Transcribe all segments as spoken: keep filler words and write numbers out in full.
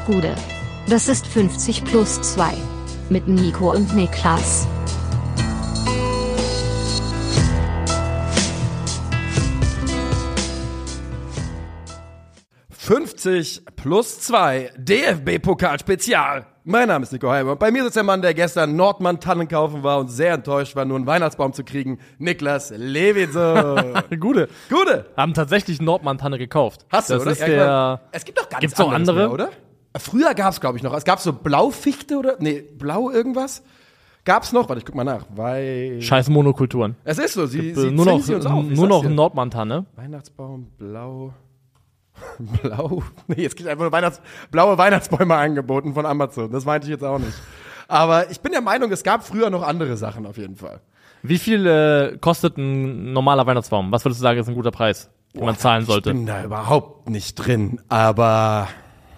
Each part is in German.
Gude. Das ist fünfzig plus zwei. Mit Nico und Niklas. fünfzig plus zwei, D F B-Pokal-Spezial. Mein Name ist Nico Heimer und bei mir sitzt der Mann, der gestern Nordmann-Tannen kaufen war und sehr enttäuscht war, nur einen Weihnachtsbaum zu kriegen. Niklas Lewitze. Gute. Gute. Haben tatsächlich Nordmann-Tanne gekauft. Hast du, das oder? Ist Ja, der, glaub, es gibt doch ganz Gibt's auch andere? Mehr, oder? Früher gab's, glaube ich, noch. Es gab so Blaufichte oder? Nee, Blau irgendwas? Gab's noch? Warte, ich guck mal nach. Weil Scheiß Monokulturen. Es ist so. Sie, Äh, sie nur noch, sie uns auf. Ich nur sag's noch dir. Nordmann-Tanne. Weihnachtsbaum, blau. Blau? Nee, jetzt krieg ich einfach nur Weihnachts- blaue Weihnachtsbäume angeboten von Amazon. Das meinte ich jetzt auch nicht. Aber ich bin der Meinung, es gab früher noch andere Sachen auf jeden Fall. Wie viel äh, kostet ein normaler Weihnachtsbaum? Was würdest du sagen, ist ein guter Preis, den man zahlen sollte? Ich bin da überhaupt nicht drin, aber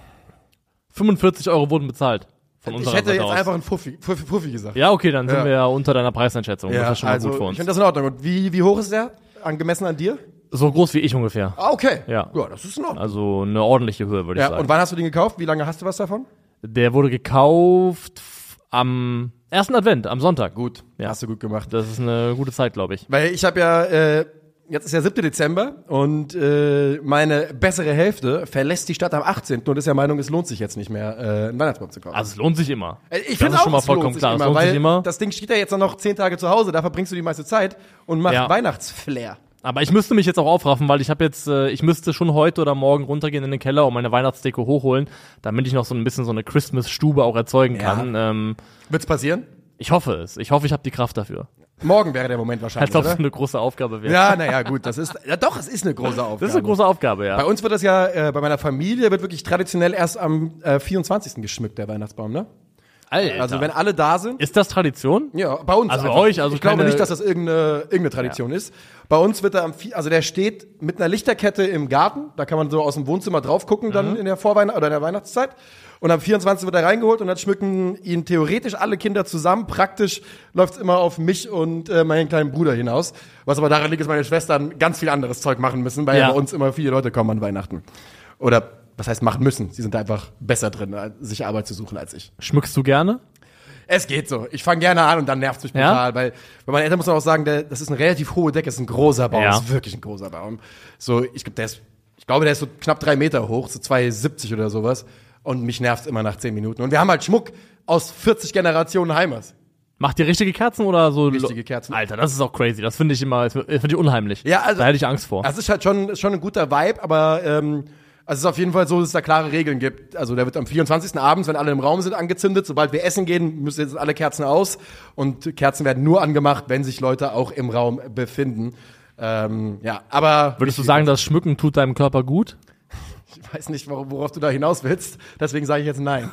fünfundvierzig Euro wurden bezahlt. Von ich unserer hätte Seite jetzt aus. einfach einen Fuffi, Fuffi, Fuffi gesagt. Ja, okay, dann sind Ja. wir ja unter deiner Preiseinschätzung. das ist schon mal also gut für ich uns. finde das in Ordnung. Und wie, wie hoch ist der? Angemessen an dir? So groß wie ich ungefähr. Ah, okay. Ja. Ja, das ist in Ordnung. Also eine ordentliche Höhe, würde ich Ja, sagen. und wann hast du den gekauft? Wie lange hast du was davon? Der wurde gekauft f- am ersten Advent, am Sonntag. Gut, Ja. hast du gut gemacht. Das ist eine gute Zeit, glaube ich. Weil ich habe ja, äh, jetzt ist ja siebter Dezember und äh, meine bessere Hälfte verlässt die Stadt am achtzehnten und ist der Meinung, es lohnt sich jetzt nicht mehr, äh, einen Weihnachtsbaum zu kaufen. Also es lohnt sich immer. Äh, ich das finde ist auch, schon mal es lohnt vollkommen sich klar. immer, Es lohnt weil sich immer. das Ding steht ja jetzt noch zehn Tage zu Hause, da verbringst du die meiste Zeit und machst Ja. Weihnachtsflair. Aber ich müsste mich jetzt auch aufraffen, weil ich habe jetzt, äh, ich müsste schon heute oder morgen runtergehen in den Keller und meine Weihnachtsdeko hochholen, damit ich noch so ein bisschen so eine Christmas-Stube auch erzeugen Ja. kann. Ähm, Wird's passieren? ich hoffe es. Ich hoffe, ich habe die Kraft dafür. Morgen wäre der Moment Als wahrscheinlich, ob es oder? eine große Aufgabe wäre. Ja, naja, gut, das ist, ja doch, es ist eine große Aufgabe. Das ist eine große Aufgabe, ja. Bei uns wird das ja, äh, bei meiner Familie wird wirklich traditionell erst am äh, vierundzwanzigsten geschmückt, der Weihnachtsbaum, ne? Alter. Also wenn alle da sind. Ist das Tradition? Ja, bei uns. Also einfach. euch, also ich glaube keine- nicht, dass das irgendeine, irgendeine Tradition ist. Bei uns wird er am, Vi- also der steht mit einer Lichterkette im Garten. Da kann man so aus dem Wohnzimmer drauf gucken dann Mhm. in der Vorweihnacht oder in der Weihnachtszeit. Und am vierundzwanzigsten wird er reingeholt und dann schmücken ihn theoretisch alle Kinder zusammen. Praktisch läuft's immer auf mich und äh, meinen kleinen Bruder hinaus. Was aber daran liegt, dass meine Schwestern ganz viel anderes Zeug machen müssen, weil ja Ja. bei uns immer viele Leute kommen an Weihnachten. Oder was heißt machen müssen? Sie sind da einfach besser drin, sich Arbeit zu suchen als ich. Schmückst du gerne? Es geht so. Ich fange gerne an und dann nervt's mich Ja? brutal, weil bei meinen Eltern muss man auch sagen, der, das ist eine relativ hohe Decke, ist ein großer Baum, Ja. ist wirklich ein großer Baum. So, ich glaube, der ist, ich glaube, der ist so knapp drei Meter hoch, so zwei siebzig oder sowas. Und mich nervt's immer nach zehn Minuten. Und wir haben halt Schmuck aus vierzig Generationen Heimers. Macht ihr richtige Kerzen oder so? Richtige Kerzen. Alter, das ist auch crazy. Das finde ich immer, das finde ich unheimlich. Ja, also- da hätte ich Angst vor. Das ist halt schon, ist schon ein guter Vibe, aber ähm, also es ist auf jeden Fall so, dass es da klare Regeln gibt. Also der wird am vierundzwanzigsten abends, wenn alle im Raum sind, angezündet. Sobald wir essen gehen, müssen jetzt alle Kerzen aus. Und Kerzen werden nur angemacht, wenn sich Leute auch im Raum befinden. Ähm, ja, aber Würdest du sagen, das Schmücken tut deinem Körper gut? ich weiß nicht, wor- worauf du da hinaus willst. Deswegen sage ich jetzt nein.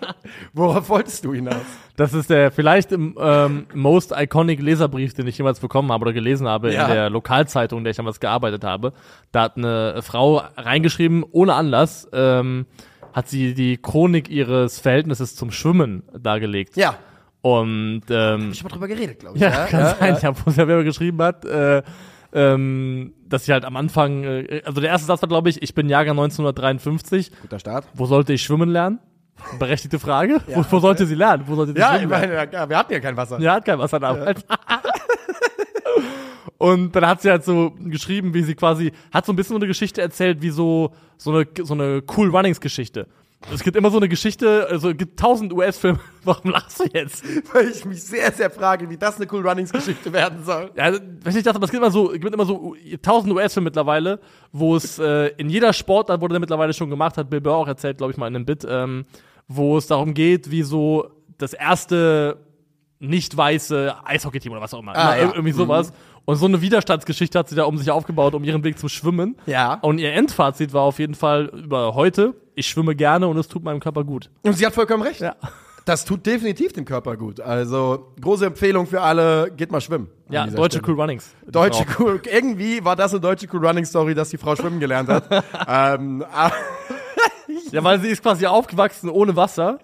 Worauf wolltest du hinaus? Das ist der vielleicht im, ähm, most iconic Leserbrief, den ich jemals bekommen habe oder gelesen habe Ja. in der Lokalzeitung, in der ich damals gearbeitet habe. Da hat eine Frau reingeschrieben, ohne Anlass, ähm, hat sie die Chronik ihres Verhältnisses zum Schwimmen dargelegt. Ja, Und ähm, ich habe drüber geredet, glaube ich. ja, kann sein, ja, wo sie ja geschrieben hat, äh, ähm, dass sie halt am Anfang, äh, also der erste Satz war, glaube ich, ich bin Jahrgang neunzehnhundertdreiundfünfzig, Guter Start. wo sollte ich schwimmen lernen? Berechtigte Frage. Ja, wo, wo sollte sie lernen? Wo sollte sie Ja, ich schwimmen lernen? meine, ja, wir hatten ja kein Wasser. Ja, hat kein Wasser damals. Und dann hat sie halt so geschrieben, wie sie quasi, hat so ein bisschen so eine Geschichte erzählt, wie so, so eine, so eine Cool Runnings Geschichte. Es gibt immer so eine Geschichte, also es gibt tausend U S-Filme. Warum lachst du jetzt? Weil ich mich sehr, sehr frage, wie das eine Cool Runnings Geschichte werden soll. Ja, weiß nicht, das, aber es gibt immer so, es gibt immer so tausend U S-Filme mittlerweile, wo es äh, in jeder Sportart, wurde der mittlerweile schon gemacht, hat Bill Burr auch erzählt, glaube ich mal in einem Bit, ähm, wo es darum geht, wie so das erste nicht weiße Eishockey-Team oder was auch immer, Ah, immer ja. irgendwie sowas. Und so eine Widerstandsgeschichte hat sie da um sich aufgebaut, um ihren Weg zum Schwimmen. Ja. Und ihr Endfazit war auf jeden Fall über heute, ich schwimme gerne und es tut meinem Körper gut. Und sie hat vollkommen recht. Ja. Das tut definitiv dem Körper gut. Also, große Empfehlung für alle, geht mal schwimmen. an Ja, dieser deutsche Stelle. Cool Runnings. Deutsche Cool, irgendwie war das eine deutsche Cool Running Story, dass die Frau schwimmen gelernt hat. ähm, aber- Ja, weil sie ist quasi aufgewachsen ohne Wasser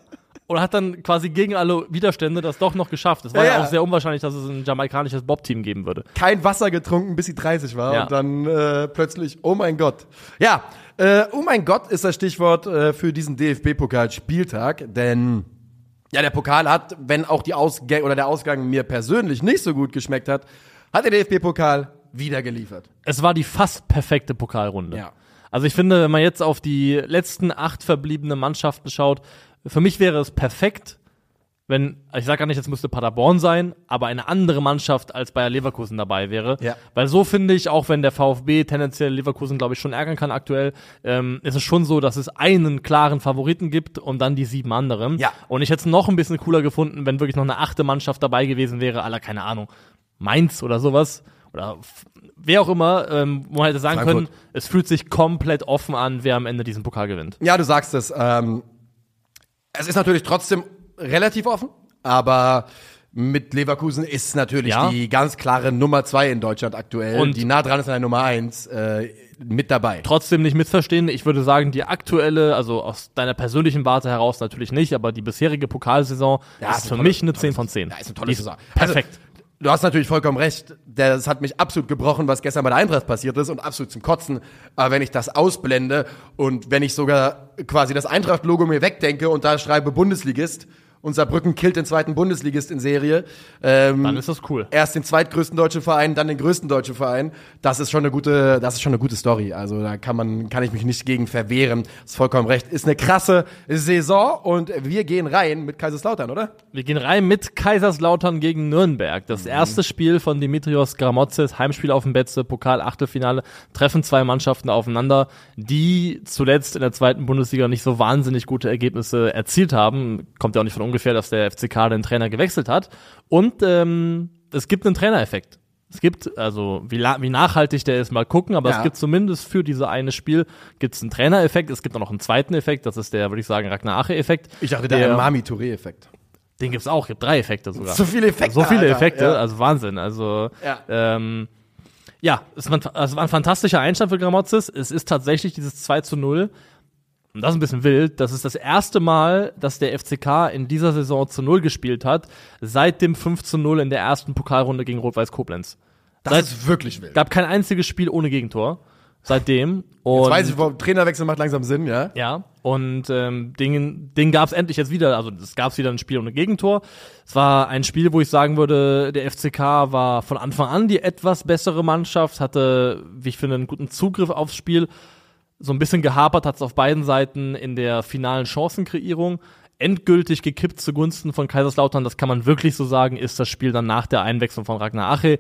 und hat dann quasi gegen alle Widerstände das doch noch geschafft. Es war Ja, ja, ja. auch sehr unwahrscheinlich, dass es ein jamaikanisches Bob-Team geben würde. Kein Wasser getrunken, bis sie dreißig war Ja. und dann äh, plötzlich, oh mein Gott. Ja, äh, oh mein Gott ist das Stichwort äh, für diesen D F B-Pokal-Spieltag, denn ja, der Pokal hat, wenn auch die Ausgänge oder der Ausgang mir persönlich nicht so gut geschmeckt hat, hat der D F B-Pokal wieder geliefert. Es war die fast perfekte Pokalrunde. Ja. Also ich finde, wenn man jetzt auf die letzten acht verbliebene Mannschaften schaut, für mich wäre es perfekt, wenn, ich sage gar nicht, es müsste Paderborn sein, aber eine andere Mannschaft als Bayer Leverkusen dabei wäre. Ja. Weil so finde ich, auch wenn der VfB tendenziell Leverkusen, glaube ich, schon ärgern kann aktuell, ähm, ist es schon so, dass es einen klaren Favoriten gibt und dann die sieben anderen. Ja. Und ich hätte es noch ein bisschen cooler gefunden, wenn wirklich noch eine achte Mannschaft dabei gewesen wäre, aller, keine Ahnung, Mainz oder sowas. Oder f- wer auch immer, ähm, wo man hätte sagen Frankfurt. können, es fühlt sich komplett offen an, wer am Ende diesen Pokal gewinnt. Ja, du sagst es. Ähm, es ist natürlich trotzdem relativ offen, aber mit Leverkusen ist natürlich Ja. die ganz klare Nummer zwei in Deutschland aktuell, Und- die nah dran ist an der Nummer eins, äh, mit dabei. Trotzdem nicht missverstehen, ich würde sagen, die aktuelle, also aus deiner persönlichen Warte heraus natürlich nicht, aber die bisherige Pokalsaison Ja, ist ist für eine tolle- mich eine zehn von zehn. Ja, ist eine tolle Die ist Saison. Perfekt. Also, du hast natürlich vollkommen recht. Das hat mich absolut gebrochen, was gestern bei der Eintracht passiert ist und absolut zum Kotzen. Aber wenn ich das ausblende und wenn ich sogar quasi das Eintracht-Logo mir wegdenke und da schreibe Bundesligist und Saarbrücken killt den zweiten Bundesligist in Serie. Ähm, Dann ist das cool. Erst den zweitgrößten deutschen Verein, dann den größten deutschen Verein. Das ist schon eine gute, das ist schon eine gute Story. Also da kann man, kann ich mich nicht gegen verwehren. Ist vollkommen recht. Ist eine krasse Saison und wir gehen rein mit Kaiserslautern, oder? Wir gehen rein mit Kaiserslautern gegen Nürnberg. Das Mhm. erste Spiel von Dimitrios Gramotzes, Heimspiel auf dem Betze, Pokal-Achtelfinale, treffen zwei Mannschaften aufeinander, die zuletzt in der zweiten Bundesliga nicht so wahnsinnig gute Ergebnisse erzielt haben. Kommt ja auch nicht von ungefähr, dass der F C K den Trainer gewechselt hat. Und ähm, es gibt einen Trainereffekt. Es gibt, also wie, la- wie nachhaltig der ist, mal gucken, aber Ja. es gibt zumindest für dieses eine Spiel gibt's einen Trainereffekt. Es gibt auch noch einen zweiten Effekt, das ist der, würde ich sagen, Ragnar-Ache-Effekt. Ich dachte, der, der Mami-Touré-Effekt. Den gibt's auch, gibt drei Effekte sogar. So viele Effekte. So viele Alter. Effekte, Ja. also Wahnsinn. Also Ja. ähm, ja, es war, ein- es war ein fantastischer Einstand für Gramotzes. Es ist tatsächlich dieses zwei zu null. Und das ist ein bisschen wild. Das ist das erste Mal, dass der F C K in dieser Saison zu null gespielt hat, seit dem fünf zu null in der ersten Pokalrunde gegen Rot-Weiß Koblenz. Das Seit- ist wirklich wild. Gab kein einziges Spiel ohne Gegentor seitdem. Und Jetzt weiß ich, warum Trainerwechsel macht langsam Sinn, ja? ja, und ähm, den, den gab es endlich jetzt wieder, also es gab wieder ein Spiel ohne Gegentor. Es war ein Spiel, wo ich sagen würde, der F C K war von Anfang an die etwas bessere Mannschaft, hatte, wie ich finde, einen guten Zugriff aufs Spiel. So ein bisschen gehapert hat es auf beiden Seiten in der finalen Chancenkreierung. Endgültig gekippt zugunsten von Kaiserslautern, das kann man wirklich so sagen, ist das Spiel dann nach der Einwechslung von Ragnar-Ache,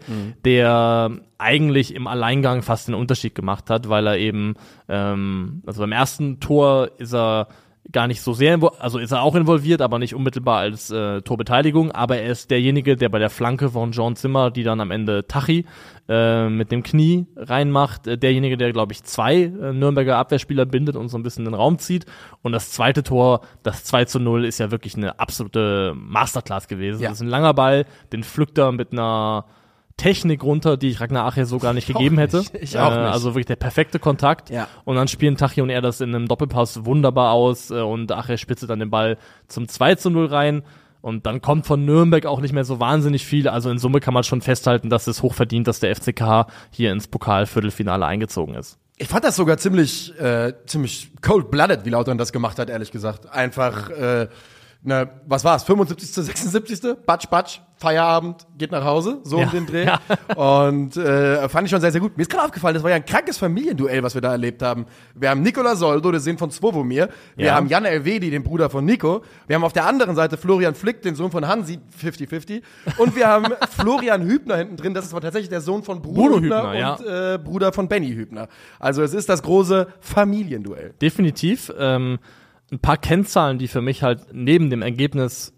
der eigentlich im Alleingang fast den Unterschied gemacht hat, weil er eben, ähm, also beim ersten Tor ist er gar nicht so sehr, invo- also ist er auch involviert, aber nicht unmittelbar als äh, Torbeteiligung, aber er ist derjenige, der bei der Flanke von John Zimmer, die dann am Ende Tachi äh, mit dem Knie reinmacht, äh, derjenige, der, glaube ich, zwei äh, Nürnberger Abwehrspieler bindet und so ein bisschen den Raum zieht. Und das zweite Tor, das zwei zu null, ist ja wirklich eine absolute Masterclass gewesen. Ja. Das ist ein langer Ball, den pflückt er mit einer Technik runter, die ich Ragnar-Ache so gar nicht Ich auch gegeben nicht. hätte. Ich auch äh, nicht. Also wirklich der perfekte Kontakt. Ja. Und dann spielen Tachi und er das in einem Doppelpass wunderbar aus äh, und Ache spitzt dann den Ball zum zwei zu null rein. Und dann kommt von Nürnberg auch nicht mehr so wahnsinnig viel. Also in Summe kann man schon festhalten, dass es hochverdient, dass der F C K hier ins Pokalviertelfinale eingezogen ist. Ich fand das sogar ziemlich, äh, ziemlich cold-blooded, wie Lautern das gemacht hat, ehrlich gesagt. Einfach, äh, ne, was war's, fünfundsiebzigste, sechsundsiebzigste Batsch, batsch, Feierabend, geht nach Hause, so Ja, um den Dreh. ja. Und äh, fand ich schon sehr, sehr gut. Mir ist gerade aufgefallen, das war ja ein krankes Familienduell, was wir da erlebt haben. Wir haben Nikola Soldo, den Sohn von Svovomir. Wir Ja. haben Jan Elvedi, den Bruder von Nico. Wir haben auf der anderen Seite Florian Flick, den Sohn von Hansi, fünfzig fünfzig. Und wir haben Florian Hübner hinten drin. Das ist aber tatsächlich der Sohn von Bruno, Bruno Hübner, Hübner, ja. und äh, Bruder von Benny Hübner. Also es ist das große Familienduell. Definitiv. Ähm, ein paar Kennzahlen, die für mich halt neben dem Ergebnis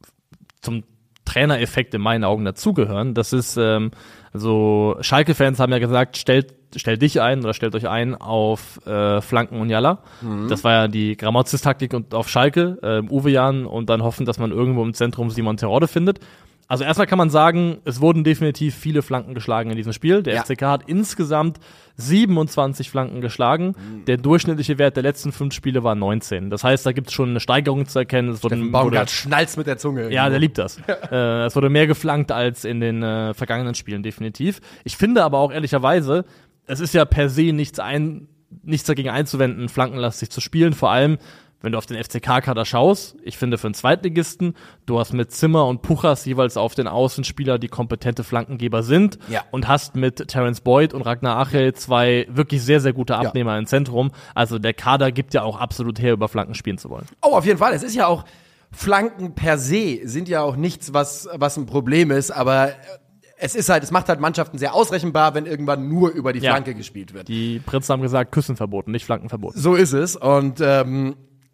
zum Trainereffekt in meinen Augen dazugehören. Das ist, ähm, also Schalke-Fans haben ja gesagt, stellt, stellt dich ein oder stellt euch ein auf äh, Flanken und Jalla. Mhm. Das war ja die Gramotzes-Taktik und auf Schalke, äh, Uwe Jan und dann hoffen, dass man irgendwo im Zentrum Simon Terodde findet. Also erstmal kann man sagen, es wurden definitiv viele Flanken geschlagen in diesem Spiel. Der Ja. F C K hat insgesamt siebenundzwanzig Flanken geschlagen. Mhm. Der durchschnittliche Wert der letzten fünf Spiele war neunzehn. Das heißt, da gibt es schon eine Steigerung zu erkennen. Es wurden, Baumgart schnalzt mit der Zunge. ja, der liebt das. äh, es wurde mehr geflankt als in den äh, vergangenen Spielen, definitiv. Ich finde aber auch ehrlicherweise, es ist ja per se nichts, ein, nichts dagegen einzuwenden, flankenlastig zu spielen. Vor allem, wenn du auf den F C K-Kader schaust, ich finde für einen Zweitligisten, du hast mit Zimmer und Puchas jeweils auf den Außenspieler, die kompetente Flankengeber sind, Ja. und hast mit Terence Boyd und Ragnar Ache zwei wirklich sehr, sehr gute Abnehmer ja. im Zentrum. Also der Kader gibt ja auch absolut her, über Flanken spielen zu wollen. Oh, auf jeden Fall. Es ist ja auch, Flanken per se sind ja auch nichts, was, was ein Problem ist, aber es ist halt, es macht halt Mannschaften sehr ausrechenbar, wenn irgendwann nur über die Ja. Flanke gespielt wird. Die Prinzen haben gesagt, Küssen verboten, nicht Flanken verboten. So ist es. Und ähm,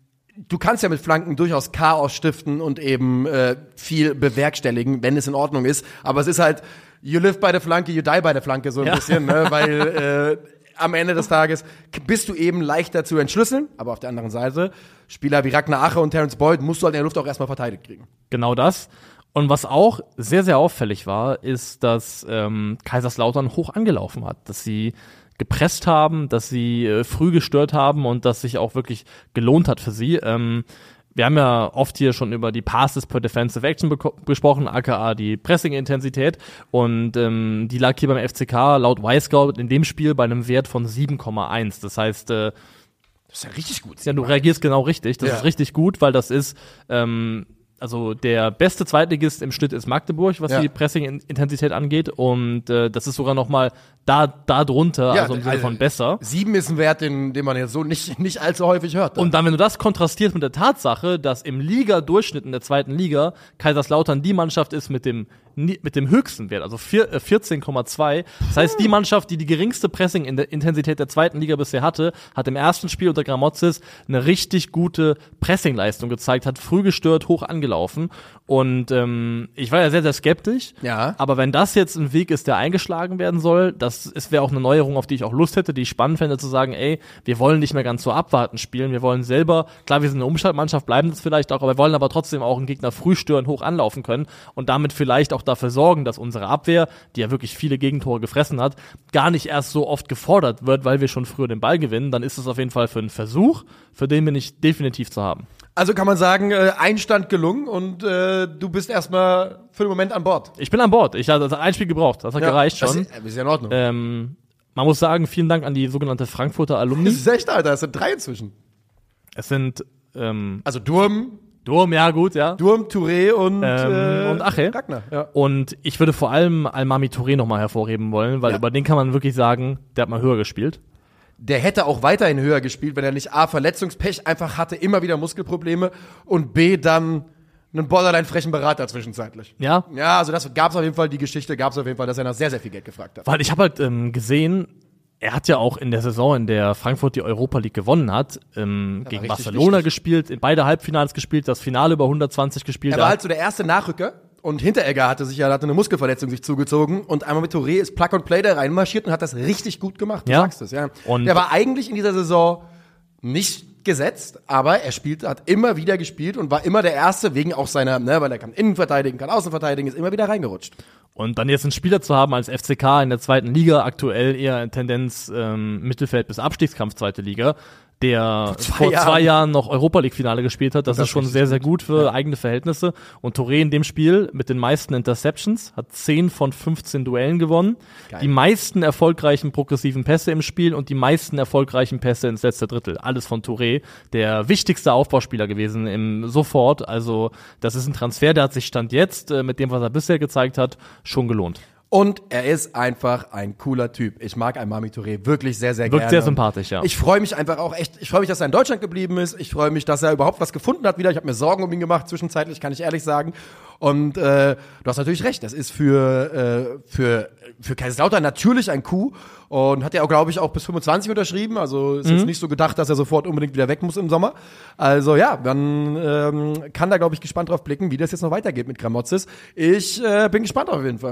du kannst ja mit Flanken durchaus Chaos stiften und eben äh, viel bewerkstelligen, wenn es in Ordnung ist. Aber es ist halt, you live by the Flanke, you die by the Flanke so ein Ja. bisschen, ne? Weil äh, am Ende des Tages bist du eben leichter zu entschlüsseln. Aber auf der anderen Seite, Spieler wie Ragnar Ache und Terence Boyd musst du halt in der Luft auch erstmal verteidigt kriegen. Genau das. Und was auch sehr, sehr auffällig war, ist, dass ähm, Kaiserslautern hoch angelaufen hat, dass sie gepresst haben, dass sie äh, früh gestört haben und dass sich auch wirklich gelohnt hat für sie. Ähm, wir haben ja oft hier schon über die Passes per Defensive Action beko- besprochen, aka die Pressing-Intensität, und ähm, die lag hier beim F C K laut Y-Scout in dem Spiel bei einem Wert von sieben Komma eins. Das heißt, äh, Das ist ja richtig gut. ja, du reagierst genau richtig. Das Ja. ist richtig gut, weil das ist, ähm, also der beste Zweitligist im Schnitt ist Magdeburg, was Ja. die Pressing-Intensität angeht. Und äh, das ist sogar noch mal da, da drunter, Ja, also im Sinne also von besser. Sieben ist ein Wert, den, den man jetzt so nicht, nicht allzu häufig hört. Und dann, wenn du das kontrastierst mit der Tatsache, dass im Liga-Durchschnitt in der zweiten Liga Kaiserslautern die Mannschaft ist mit dem ni- mit dem höchsten Wert, also vier, äh, vierzehn Komma zwei. Das heißt, die Mannschaft, die die geringste Pressing-Intensität der zweiten Liga bisher hatte, hat im ersten Spiel unter Gramotzes eine richtig gute Pressing-Leistung gezeigt, hat früh gestört, hoch angelaufen. Und ähm, ich war ja sehr, sehr skeptisch. Ja. Aber wenn das jetzt ein Weg ist, der eingeschlagen werden soll, das es wäre auch eine Neuerung, auf die ich auch Lust hätte, die ich spannend fände, zu sagen, ey, wir wollen nicht mehr ganz so abwarten spielen, wir wollen selber, klar, wir sind eine Umschaltmannschaft, bleiben das vielleicht auch, aber wir wollen aber trotzdem auch einen Gegner früh stören, hoch anlaufen können und damit vielleicht auch dafür sorgen, dass unsere Abwehr, die ja wirklich viele Gegentore gefressen hat, gar nicht erst so oft gefordert wird, weil wir schon früher den Ball gewinnen. Dann ist es auf jeden Fall für einen Versuch, für den bin ich definitiv zu haben. Also kann man sagen, äh, Einstand gelungen und äh, du bist erstmal für den Moment an Bord. Ich bin an Bord. Ich habe ein Spiel gebraucht. Das hat gereicht das schon. Ist, ist ja in Ordnung. Ähm, man muss sagen, vielen Dank an die sogenannte Frankfurter Alumni. Das ist echt, Alter. Es sind drei inzwischen. Es sind ähm, Also Durm, Durm, ja gut, ja. Durm, Touré und, Ähm, äh, und Ache. Ragnar. Ja. Und ich würde vor allem Almami Touré nochmal hervorheben wollen, weil Ja. über den kann man wirklich sagen, der hat mal höher gespielt. Der hätte auch weiterhin höher gespielt, wenn er nicht A, Verletzungspech einfach hatte, immer wieder Muskelprobleme und B, dann einen borderline frechen Berater zwischenzeitlich. Ja, Ja, also das gab's auf jeden Fall, die Geschichte gab's auf jeden Fall, dass er nach sehr, sehr viel Geld gefragt hat. weil ich habe halt ähm, gesehen, er hat ja auch in der Saison, in der Frankfurt die Europa League gewonnen hat, ähm, gegen richtig Barcelona wichtig. gespielt, in beide Halbfinals gespielt, das Finale über hundertzwanzig gespielt. Er war Da- halt so der erste Nachrücker und Hinteregger hatte sich ja hatte eine Muskelverletzung sich zugezogen und einmal mit Touré ist Plug and Play da reinmarschiert und hat das richtig gut gemacht. Du Ja. sagst es, ja. Und- der war eigentlich in dieser Saison nicht gesetzt, aber er spielt, hat immer wieder gespielt und war immer der Erste wegen auch seiner, ne, weil er kann innen verteidigen, kann außen verteidigen, ist immer wieder reingerutscht. Und dann jetzt einen Spieler zu haben als F C K in der zweiten Liga, aktuell eher in Tendenz ähm, Mittelfeld bis Abstiegskampf zweite Liga, der zwei vor Jahren. zwei Jahren noch Europa League Finale gespielt hat, das, Das ist schon richtig sehr, sehr gut für eigene Verhältnisse. Und Touré in dem Spiel mit den meisten Interceptions hat zehn von fünfzehn Duellen gewonnen, Geil. die meisten erfolgreichen progressiven Pässe im Spiel und die meisten erfolgreichen Pässe ins letzte Drittel. Alles von Touré, der wichtigste Aufbauspieler gewesen im sofort. Also das ist ein Transfer, der hat sich Stand jetzt äh, mit dem, was er bisher gezeigt hat, schon gelohnt. Und er ist einfach ein cooler Typ. Ich mag Almami Touré wirklich sehr, sehr Wirkt gerne. sehr sympathisch, ja. Ich freue mich einfach auch echt, ich freue mich, dass er in Deutschland geblieben ist. Ich freue mich, dass er überhaupt was gefunden hat wieder. Ich habe mir Sorgen um ihn gemacht, zwischenzeitlich, kann ich ehrlich sagen. Und äh, du hast natürlich recht, das ist für, äh, für, für Kaiserslautern natürlich ein Coup. Und hat er auch, glaube ich, auch bis fünfundzwanzig unterschrieben. Also ist Mhm. jetzt nicht so gedacht, dass er sofort unbedingt wieder weg muss im Sommer. Also ja, man ähm, kann da, glaube ich, gespannt drauf blicken, wie das jetzt noch weitergeht mit Gramotzes. Ich äh, bin gespannt auf jeden Fall.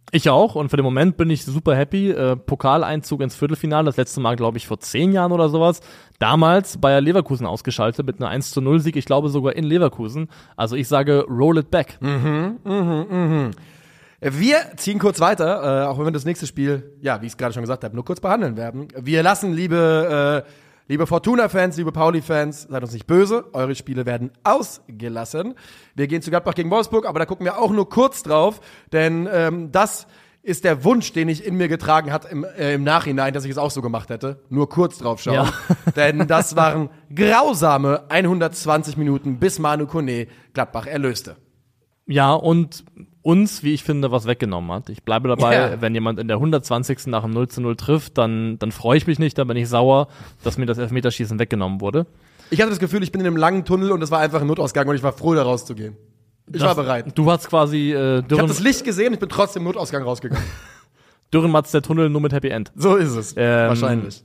Ich auch und für den Moment bin ich super happy. Äh, Pokaleinzug ins Viertelfinale, das letzte Mal, glaube ich, vor zehn Jahren oder sowas. Damals Bayer Leverkusen ausgeschaltet mit einer eins zu null Sieg, ich glaube sogar in Leverkusen. Also ich sage, roll it back. Mhm, mhm, mhm. Wir ziehen kurz weiter, äh, auch wenn wir das nächste Spiel, ja, wie ich es gerade schon gesagt habe, nur kurz behandeln werden. Wir lassen, liebe, äh, liebe Fortuna-Fans, liebe Pauli-Fans, seid uns nicht böse, eure Spiele werden ausgelassen. Wir gehen zu Gladbach gegen Wolfsburg, aber da gucken wir auch nur kurz drauf, denn ähm, das ist der Wunsch, den ich in mir getragen hat im, äh, im Nachhinein, dass ich es auch so gemacht hätte. Nur kurz drauf schauen. Ja. Denn das waren grausame hundertzwanzig Minuten, bis Manu Kone Gladbach erlöste. Ja, und uns, wie ich finde, was weggenommen hat. Ich bleibe dabei, Ja. wenn jemand in der hundertzwanzigsten nach dem null zu null trifft, dann, dann freue ich mich nicht, dann bin ich sauer, dass mir das Elfmeterschießen weggenommen wurde. Ich hatte das Gefühl, ich bin in einem langen Tunnel und es war einfach ein Notausgang und ich war froh, da rauszugehen. Ich das, war bereit. Du hast quasi äh, Ich habe Dürren, das Licht gesehen, ich bin trotzdem im Notausgang rausgegann. Dürrenmatz der Tunnel nur mit Happy End. So ist es. Ähm, Wahrscheinlich.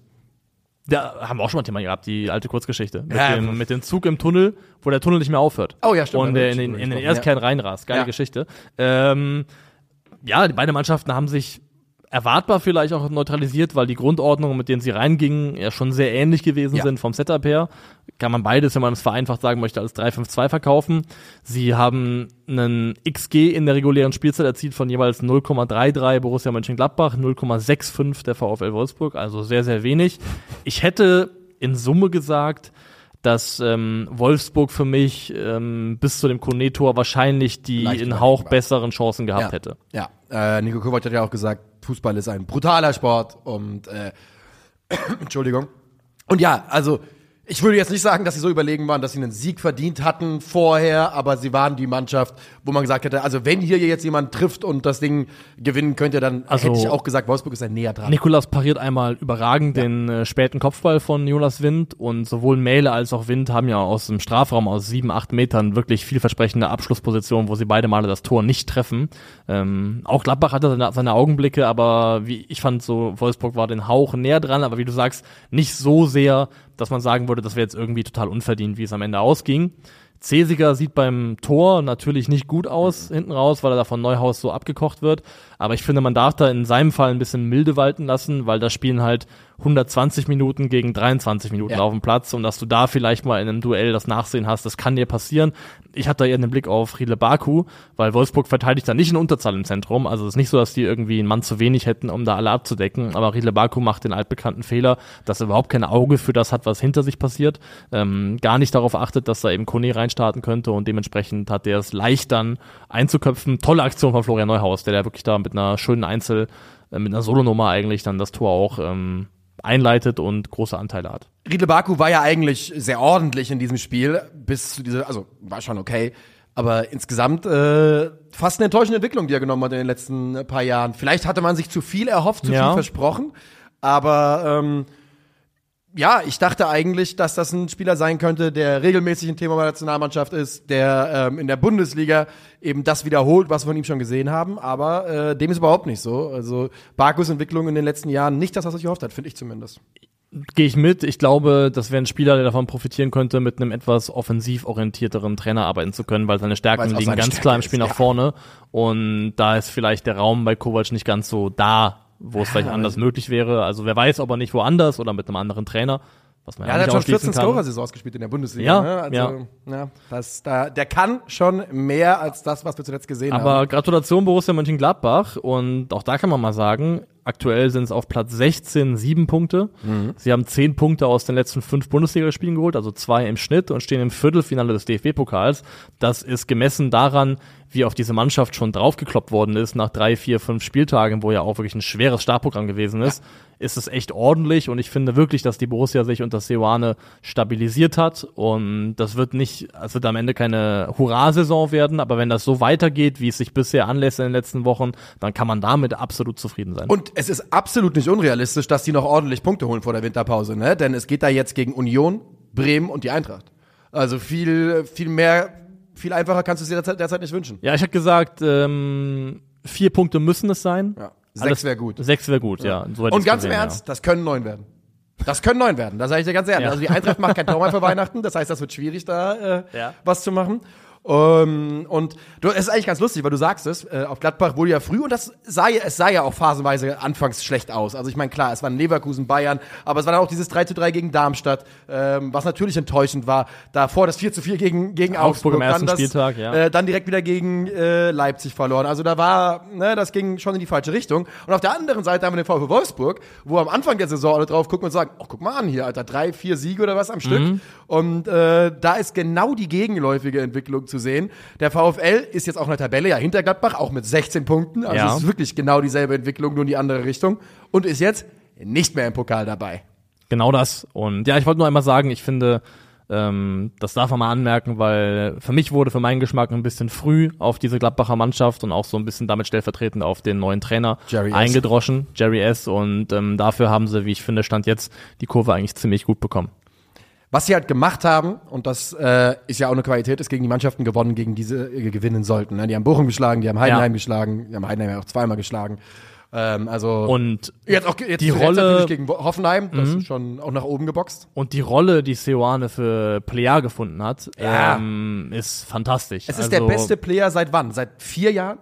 Da haben wir auch schon mal ein Thema gehabt, die alte Kurzgeschichte. Mit, Ja, dem, mit dem Zug im Tunnel, wo der Tunnel nicht mehr aufhört. Oh ja, stimmt. Und Da der hab in ich den, schon in den gesprochen, Erstkern reinrast. Geile Ja. Geschichte. Ähm, ja, die beiden Mannschaften haben sich erwartbar vielleicht auch neutralisiert, weil die Grundordnungen, mit denen sie reingingen, ja schon sehr ähnlich gewesen Ja. sind vom Setup her. Kann man beides, wenn man es vereinfacht sagen möchte, als drei fünf zwei verkaufen. Sie haben einen X G in der regulären Spielzeit erzielt von jeweils null Komma dreiunddreißig Borussia Mönchengladbach, null Komma fünfundsechzig der VfL Wolfsburg, also sehr, sehr wenig. Ich hätte in Summe gesagt, dass ähm, Wolfsburg für mich ähm, bis zu dem Kone-Tor wahrscheinlich die Leicht in Hauch überlegen war. besseren Chancen gehabt Ja. hätte. Ja, äh, Nico Kovac hat ja auch gesagt, Fußball ist ein brutaler Sport und äh, Entschuldigung. Und ja, also ich würde jetzt nicht sagen, dass sie so überlegen waren, dass sie einen Sieg verdient hatten vorher, aber sie waren die Mannschaft, wo man gesagt hätte, also wenn hier jetzt jemand trifft und das Ding gewinnen könnte, dann Also- hätte ich auch gesagt, Wolfsburg ist ja näher dran. Nikolas pariert einmal überragend den äh, späten Kopfball von Jonas Wind und sowohl Mähle als auch Wind haben ja aus dem Strafraum aus sieben, acht Metern wirklich vielversprechende Abschlusspositionen, wo sie beide Male das Tor nicht treffen. Ähm, auch Gladbach hatte seine, seine Augenblicke, aber wie ich fand, so Wolfsburg war den Hauch näher dran, aber wie du sagst, nicht so sehr, dass man sagen würde, das wäre jetzt irgendwie total unverdient, wie es am Ende ausging. Cesiger sieht beim Tor natürlich nicht gut aus hinten raus, weil er da von Neuhaus so abgekocht wird. Aber ich finde, man darf da in seinem Fall ein bisschen milde walten lassen, weil da spielen halt hundertzwanzig Minuten gegen dreiundzwanzig Minuten Ja. auf dem Platz und dass du da vielleicht mal in einem Duell das Nachsehen hast, das kann dir passieren. Ich hatte da eher einen Blick auf Riedle Baku, weil Wolfsburg verteidigt da nicht in Unterzahl im Zentrum. Also es ist nicht so, dass die irgendwie einen Mann zu wenig hätten, um da alle abzudecken. Aber Riedle Baku macht den altbekannten Fehler, dass er überhaupt kein Auge für das hat, was hinter sich passiert. Ähm, gar nicht darauf achtet, dass da eben Kone reinstarten könnte und dementsprechend hat der es leicht dann einzuköpfen. Tolle Aktion von Florian Neuhaus, der da wirklich da mit einer schönen Einzel, äh, mit einer Solonummer eigentlich dann das Tor auch ähm, einleitet und große Anteile hat. Riedle Baku war ja eigentlich sehr ordentlich in diesem Spiel, bis zu dieser, also war schon okay, aber insgesamt äh, fast eine enttäuschende Entwicklung, die er genommen hat in den letzten paar Jahren. Vielleicht hatte man sich zu viel erhofft, zu Ja. viel versprochen, aber ähm, ja, ich dachte eigentlich, dass das ein Spieler sein könnte, der regelmäßig ein Thema bei der Nationalmannschaft ist, der ähm, in der Bundesliga eben das wiederholt, was wir von ihm schon gesehen haben, aber äh, dem ist überhaupt nicht so. Also Bakus Entwicklung in den letzten Jahren nicht das, was er sich gehofft hat, finde ich zumindest. Gehe ich mit. Ich glaube, das wäre ein Spieler, der davon profitieren könnte, mit einem etwas offensiv orientierteren Trainer arbeiten zu können, weil seine Stärken Weil's auch liegen seine ganz Stärke klar im ist, Spiel nach ja. vorne. Und da ist vielleicht der Raum bei Kovac nicht ganz so da, wo es vielleicht anders möglich wäre. Also wer weiß, ob er nicht woanders oder mit einem anderen Trainer, was man Ja, ja, der nicht hat schon ausschließen vierzehn kann. Scorer-Saisons gespielt in der Bundesliga. Ja, ne? Also, ja. ja. das, da, der kann schon mehr als das, was wir zuletzt gesehen haben. Aber Gratulation Borussia Mönchengladbach und auch da kann man mal sagen, aktuell sind es auf Platz sechzehn sieben Punkte. Mhm. Sie haben zehn Punkte aus den letzten fünf Bundesligaspielen geholt, also zwei im Schnitt und stehen im Viertelfinale des D F B-Pokals. Das ist gemessen daran, wie auf diese Mannschaft schon draufgekloppt worden ist nach drei, vier, fünf Spieltagen, wo ja auch wirklich ein schweres Startprogramm gewesen ist, ja. ist es echt ordentlich und ich finde wirklich, dass die Borussia sich unter Seoane stabilisiert hat und das wird nicht, es wird am Ende keine Hurra-Saison werden, aber wenn das so weitergeht, wie es sich bisher anlässt in den letzten Wochen, dann kann man damit absolut zufrieden sein. Und es ist absolut nicht unrealistisch, dass die noch ordentlich Punkte holen vor der Winterpause, ne? Denn es geht da jetzt gegen Union, Bremen und die Eintracht. Also viel, viel mehr, viel einfacher kannst du es dir derzeit, derzeit nicht wünschen. Ja, ich habe gesagt, ähm, vier Punkte müssen es sein. Ja. Alles- Sechs wäre gut. Sechs wäre gut, ja. So hätte Und ich's ganz gesehen, im Ernst, das können neun werden. Das können neun werden, das sage ich dir ganz ehrlich. Ja. Also die Eintracht macht kein Tor mehr für Weihnachten, das heißt, das wird schwierig, da äh, Ja. was zu machen. Um, und du, es ist eigentlich ganz lustig, weil du sagst es, äh, auf Gladbach wurde ja früh, und das sah ja, es sah ja auch phasenweise anfangs schlecht aus. Also ich meine, klar, es waren Leverkusen, Bayern, aber es war dann auch dieses drei zu drei gegen Darmstadt, ähm, was natürlich enttäuschend war. Davor das vier zu vier gegen, gegen Augsburg, Augsburg am ersten dann, das, Spieltag, ja. äh, dann direkt wieder gegen äh, Leipzig verloren. Also da war, ne, das ging schon in die falsche Richtung. Und auf der anderen Seite haben wir den VfB Wolfsburg, wo am Anfang der Saison alle drauf gucken und sagen, oh, guck mal an hier, Alter, drei, vier Siege oder was am Stück. Mhm. Und äh, da ist genau die gegenläufige Entwicklung zu sehen. Der VfL ist jetzt auch in der Tabelle ja hinter Gladbach, auch mit sechzehn Punkten. Also Ja. es ist wirklich genau dieselbe Entwicklung, nur in die andere Richtung. Und ist jetzt nicht mehr im Pokal dabei. Genau das. Und ja, ich wollte nur einmal sagen, ich finde, ähm, das darf man mal anmerken, weil für mich wurde für meinen Geschmack ein bisschen früh auf diese Gladbacher Mannschaft und auch so ein bisschen damit stellvertretend auf den neuen Trainer Jerry S. eingedroschen, Jerry S. Und ähm, dafür haben sie, wie ich finde, Stand jetzt die Kurve eigentlich ziemlich gut bekommen. Was sie halt gemacht haben, und das äh, ist ja auch eine Qualität, ist gegen die Mannschaften gewonnen, gegen diese äh, gewinnen sollten. Ne? Die haben Bochum geschlagen, die haben Heidenheim Ja. geschlagen, die haben Heidenheim ja auch zweimal geschlagen. Ähm, also Und jetzt auch jetzt die jetzt Rolle- natürlich gegen Wo- Hoffenheim, das Mhm. ist schon auch nach oben geboxt. Und die Rolle, die Seoane für Plea gefunden hat, Ja. ähm, ist fantastisch. Es ist also, der beste Player seit wann? Seit vier Jahren?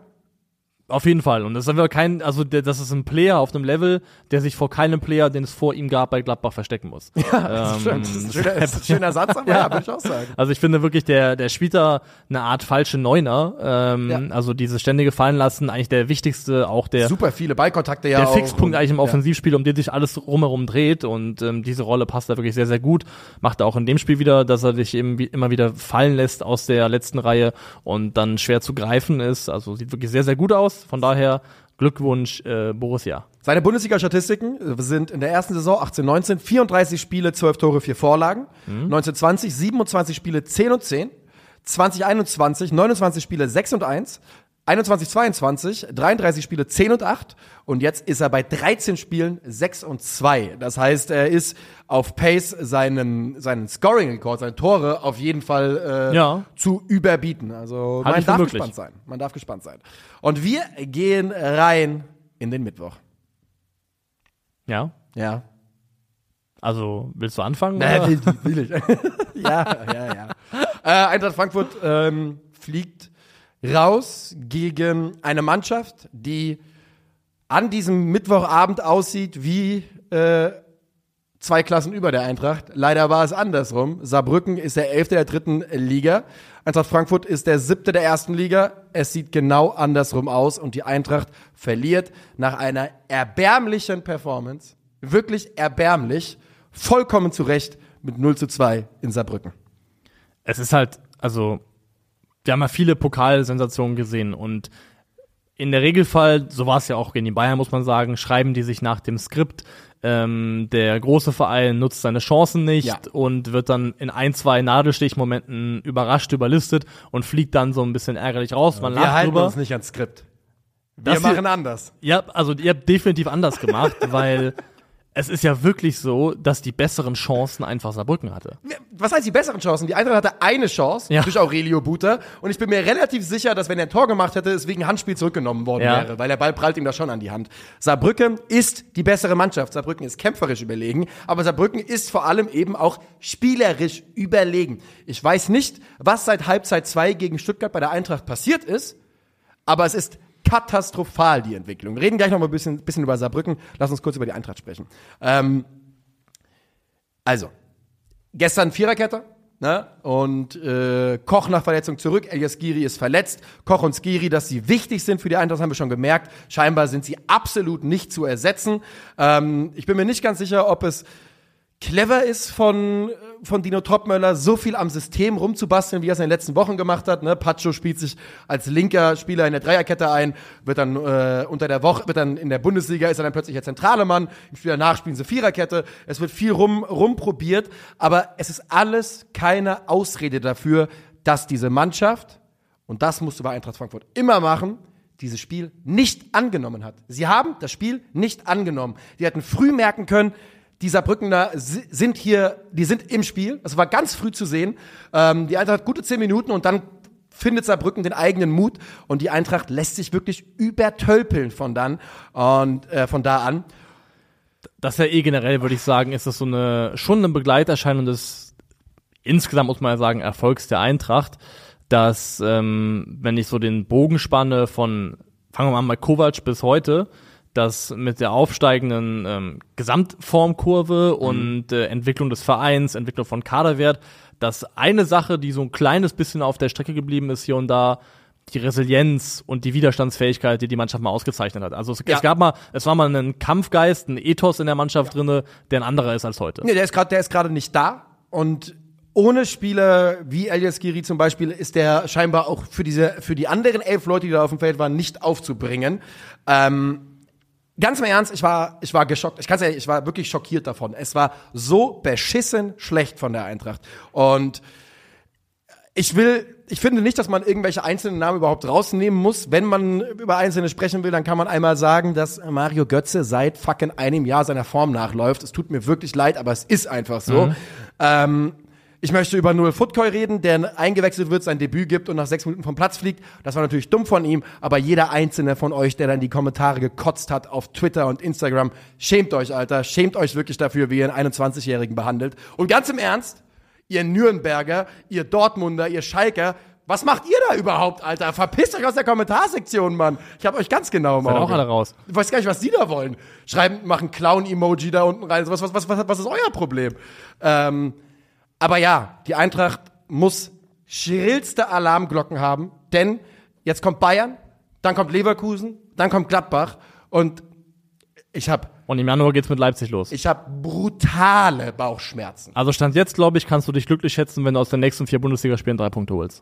Auf jeden Fall. Und das ist einfach kein, also der, das ist ein Player auf einem Level, der sich vor keinem Player, den es vor ihm gab, bei Gladbach verstecken muss. Ja, das ist schön. Das ist ein schöner, das ist ein schöner Satz, aber ja, würde ich auch sagen. Also ich finde wirklich, der, der spielt da eine Art falsche Neuner. Ähm, Ja. Also dieses ständige Fallen lassen, eigentlich der wichtigste, auch der, Super viele Ballkontakte ja der auch. Fixpunkt eigentlich im Ja. Offensivspiel, um den sich alles rumherum dreht. Und ähm, diese Rolle passt da wirklich sehr, sehr gut. Macht er auch in dem Spiel wieder, dass er dich eben wie, immer wieder fallen lässt aus der letzten Reihe und dann schwer zu greifen ist. Also sieht wirklich sehr, sehr gut aus. Von daher Glückwunsch, äh, Borussia. Seine Bundesliga-Statistiken sind in der ersten Saison achtzehn neunzehn vierunddreißig Spiele, zwölf Tore, vier Vorlagen. Mhm. neunzehn zwanzig siebenundzwanzig Spiele, zehn und zehn. zwanzig einundzwanzig neunundzwanzig Spiele, sechs und eins. einundzwanzig zweiundzwanzig dreiunddreißig Spiele, zehn und acht. Und jetzt ist er bei dreizehn Spielen, sechs und zwei. Das heißt, er ist auf Pace, seinen, seinen Scoring-Rekord, seine Tore auf jeden Fall äh, Ja. zu überbieten. Also Halte man ich für darf möglich. gespannt sein. Man darf gespannt sein. Und wir gehen rein in den Mittwoch. Ja. Ja. Also, willst du anfangen? Äh, oder? will, will ich. ja, ja, ja. Äh, Eintracht Frankfurt ähm, fliegt raus gegen eine Mannschaft, die an diesem Mittwochabend aussieht wie äh, zwei Klassen über der Eintracht. Leider war es andersrum. Saarbrücken ist der Elfte der dritten Liga. Eintracht Frankfurt ist der Siebte der ersten Liga. Es sieht genau andersrum aus und die Eintracht verliert nach einer erbärmlichen Performance, wirklich erbärmlich, vollkommen zu Recht mit null zu zwei in Saarbrücken. Es ist halt, also, wir haben ja viele Pokalsensationen gesehen und in der Regelfall, so war es ja auch gegen die Bayern, muss man sagen, schreiben die sich nach dem Skript. Ähm, der große Verein nutzt seine Chancen nicht Ja. und wird dann in ein, zwei Nadelstichmomenten überrascht, überlistet und fliegt dann so ein bisschen ärgerlich raus. Man Wir lacht halten drüber. uns nicht ans Skript. Wir Das hier- machen anders. Ja, also ihr habt definitiv anders gemacht, weil es ist ja wirklich so, dass die besseren Chancen einfach Saarbrücken hatte. Was heißt die besseren Chancen? Die Eintracht hatte eine Chance Ja. durch Aurelio Buter und ich bin mir relativ sicher, dass wenn er ein Tor gemacht hätte, es wegen Handspiel zurückgenommen worden Ja. wäre, weil der Ball prallt ihm da schon an die Hand. Saarbrücken ist die bessere Mannschaft. Saarbrücken ist kämpferisch überlegen, aber Saarbrücken ist vor allem eben auch spielerisch überlegen. Ich weiß nicht, was seit Halbzeit zwei gegen Stuttgart bei der Eintracht passiert ist, aber es ist katastrophal, die Entwicklung. Wir reden gleich noch mal ein bisschen, bisschen über Saarbrücken. Lass uns kurz über die Eintracht sprechen. Ähm, also, gestern Viererkette, ne? Und äh, Koch nach Verletzung zurück, Elias Giri ist verletzt. Koch und Skiri, dass sie wichtig sind für die Eintracht, haben wir schon gemerkt. Scheinbar sind sie absolut nicht zu ersetzen. Ähm, ich bin mir nicht ganz sicher, ob es clever ist von, von Dino Topmöller, so viel am System rumzubasteln, wie er es in den letzten Wochen gemacht hat. Ne? Pacho spielt sich als linker Spieler in der Dreierkette ein, wird dann äh, unter der Woche, wird dann in der Bundesliga, ist er dann plötzlich der zentrale Mann. Im Spiel danach spielen sie Viererkette. Es wird viel rum, rumprobiert, aber es ist alles keine Ausrede dafür, dass diese Mannschaft, und das musst du bei Eintracht Frankfurt immer machen, dieses Spiel nicht angenommen hat. Sie haben das Spiel nicht angenommen. Die hätten früh merken können, die Saarbrückener sind hier, die sind im Spiel. Das war ganz früh zu sehen. Ähm, die Eintracht hat gute zehn Minuten und dann findet Saarbrücken den eigenen Mut und die Eintracht lässt sich wirklich übertölpeln von dann und äh, von da an. Das ist ja eh generell, würde ich sagen, ist das so eine, schon eine Begleiterscheinung des, insgesamt muss man ja sagen, Erfolgs der Eintracht, dass, ähm, wenn ich so den Bogen spanne von, fangen wir mal an bei Kovac bis heute, dass mit der aufsteigenden ähm, Gesamtformkurve mhm. und äh, Entwicklung des Vereins, Entwicklung von Kaderwert, dass eine Sache, die so ein kleines bisschen auf der Strecke geblieben ist hier und da, die Resilienz und die Widerstandsfähigkeit, die die Mannschaft mal ausgezeichnet hat. Also es, ja. es gab mal, es war mal ein Kampfgeist, ein Ethos in der Mannschaft ja. drinne, der ein anderer ist als heute. Nee, der ist gerade, der ist gerade nicht da und ohne Spieler wie Elias Giri zum Beispiel ist der scheinbar auch für diese, für die anderen elf Leute, die da auf dem Feld waren, nicht aufzubringen. Ähm, Ganz im Ernst, ich war, ich war geschockt. Ich kann's ja, ich war wirklich schockiert davon. Es war so beschissen schlecht von der Eintracht. Und ich will, ich finde nicht, dass man irgendwelche einzelnen Namen überhaupt rausnehmen muss. Wenn man über Einzelne sprechen will, dann kann man einmal sagen, dass Mario Götze seit fucking einem Jahr seiner Form nachläuft. Es tut mir wirklich leid, aber es ist einfach so. Mhm. Ähm, Ich möchte über Noel Futkoy reden, der eingewechselt wird, sein Debüt gibt und nach sechs Minuten vom Platz fliegt. Das war natürlich dumm von ihm, aber jeder einzelne von euch, der dann die Kommentare gekotzt hat auf Twitter und Instagram, schämt euch, Alter. Schämt euch wirklich dafür, wie ihr einen einundzwanzigjährigen behandelt. Und ganz im Ernst, ihr Nürnberger, ihr Dortmunder, ihr Schalker, was macht ihr da überhaupt, Alter? Verpisst euch aus der Kommentarsektion, Mann. Ich hab euch ganz genau im Auge. auch alle raus. Ich weiß gar nicht, was die da wollen. Schreiben, machen Clown-Emoji da unten rein. Was, was, was, was, was ist euer Problem? Ähm... Aber ja, die Eintracht muss schrillste Alarmglocken haben, denn jetzt kommt Bayern, dann kommt Leverkusen, dann kommt Gladbach und ich habe und im Januar geht's mit Leipzig los. Ich habe brutale Bauchschmerzen. Also Stand jetzt, glaube ich, kannst du dich glücklich schätzen, wenn du aus den nächsten vier Bundesligaspielen drei Punkte holst.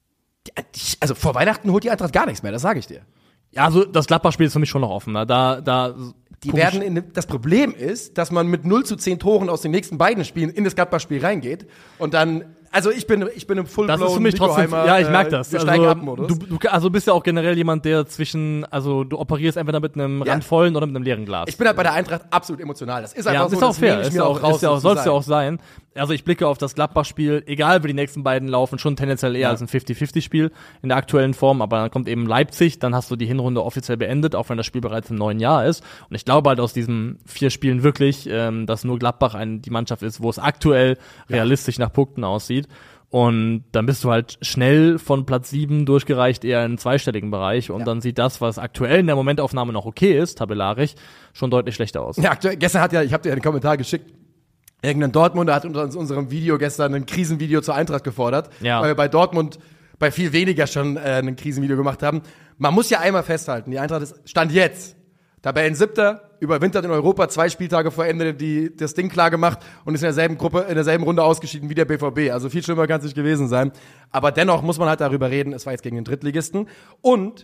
Also vor Weihnachten holt die Eintracht gar nichts mehr, das sage ich dir. Ja, also das Gladbach-Spiel ist für mich schon noch offen. Ne? Da, da Die werden in, das Problem ist, dass man mit null zu zehn Toren aus den nächsten beiden Spielen in das Gladbach-Spiel reingeht und dann, also ich bin, ich bin im Full-blown Das ist für mich trotzdem, ja, ich merke das. Wir also, steigen ab Modus. Du, du also bist ja auch generell jemand, der zwischen, also du operierst entweder mit einem ja. randvollen oder mit einem leeren Glas. Ich bin halt bei der Eintracht absolut emotional. Das ist einfach ja, so, ist auch das fair. nehme ich ist mir auch, auch raus. Ist ja auch, soll es ja auch sein. Also ich blicke auf das Gladbach-Spiel, egal wie die nächsten beiden laufen, schon tendenziell eher ja. als ein fifty fifty Spiel in der aktuellen Form, aber dann kommt eben Leipzig, dann hast du die Hinrunde offiziell beendet, auch wenn das Spiel bereits im neuen Jahr ist. Und ich glaube halt aus diesen vier Spielen wirklich, ähm, dass nur Gladbach ein, die Mannschaft ist, wo es aktuell ja. realistisch nach Punkten aussieht. Und dann bist du halt schnell von Platz sieben durchgereicht eher in einen zweistelligen Bereich und ja. dann sieht das, was aktuell in der Momentaufnahme noch okay ist, tabellarisch, schon deutlich schlechter aus. Ja, aktuell, gestern hat ja, ich habe dir einen Kommentar geschickt, irgendein Dortmunder hat in unserem Video gestern ein Krisenvideo zur Eintracht gefordert, ja. weil wir bei Dortmund bei viel weniger schon äh, ein Krisenvideo gemacht haben. Man muss ja einmal festhalten, die Eintracht ist Stand jetzt Tabellensiebter, überwintert in Europa, zwei Spieltage vor Ende die, das Ding klar gemacht und ist in derselben Gruppe, in derselben Runde ausgeschieden wie der B V B. Also viel schlimmer kann es nicht gewesen sein. Aber dennoch muss man halt darüber reden, es war jetzt gegen den Drittligisten. Und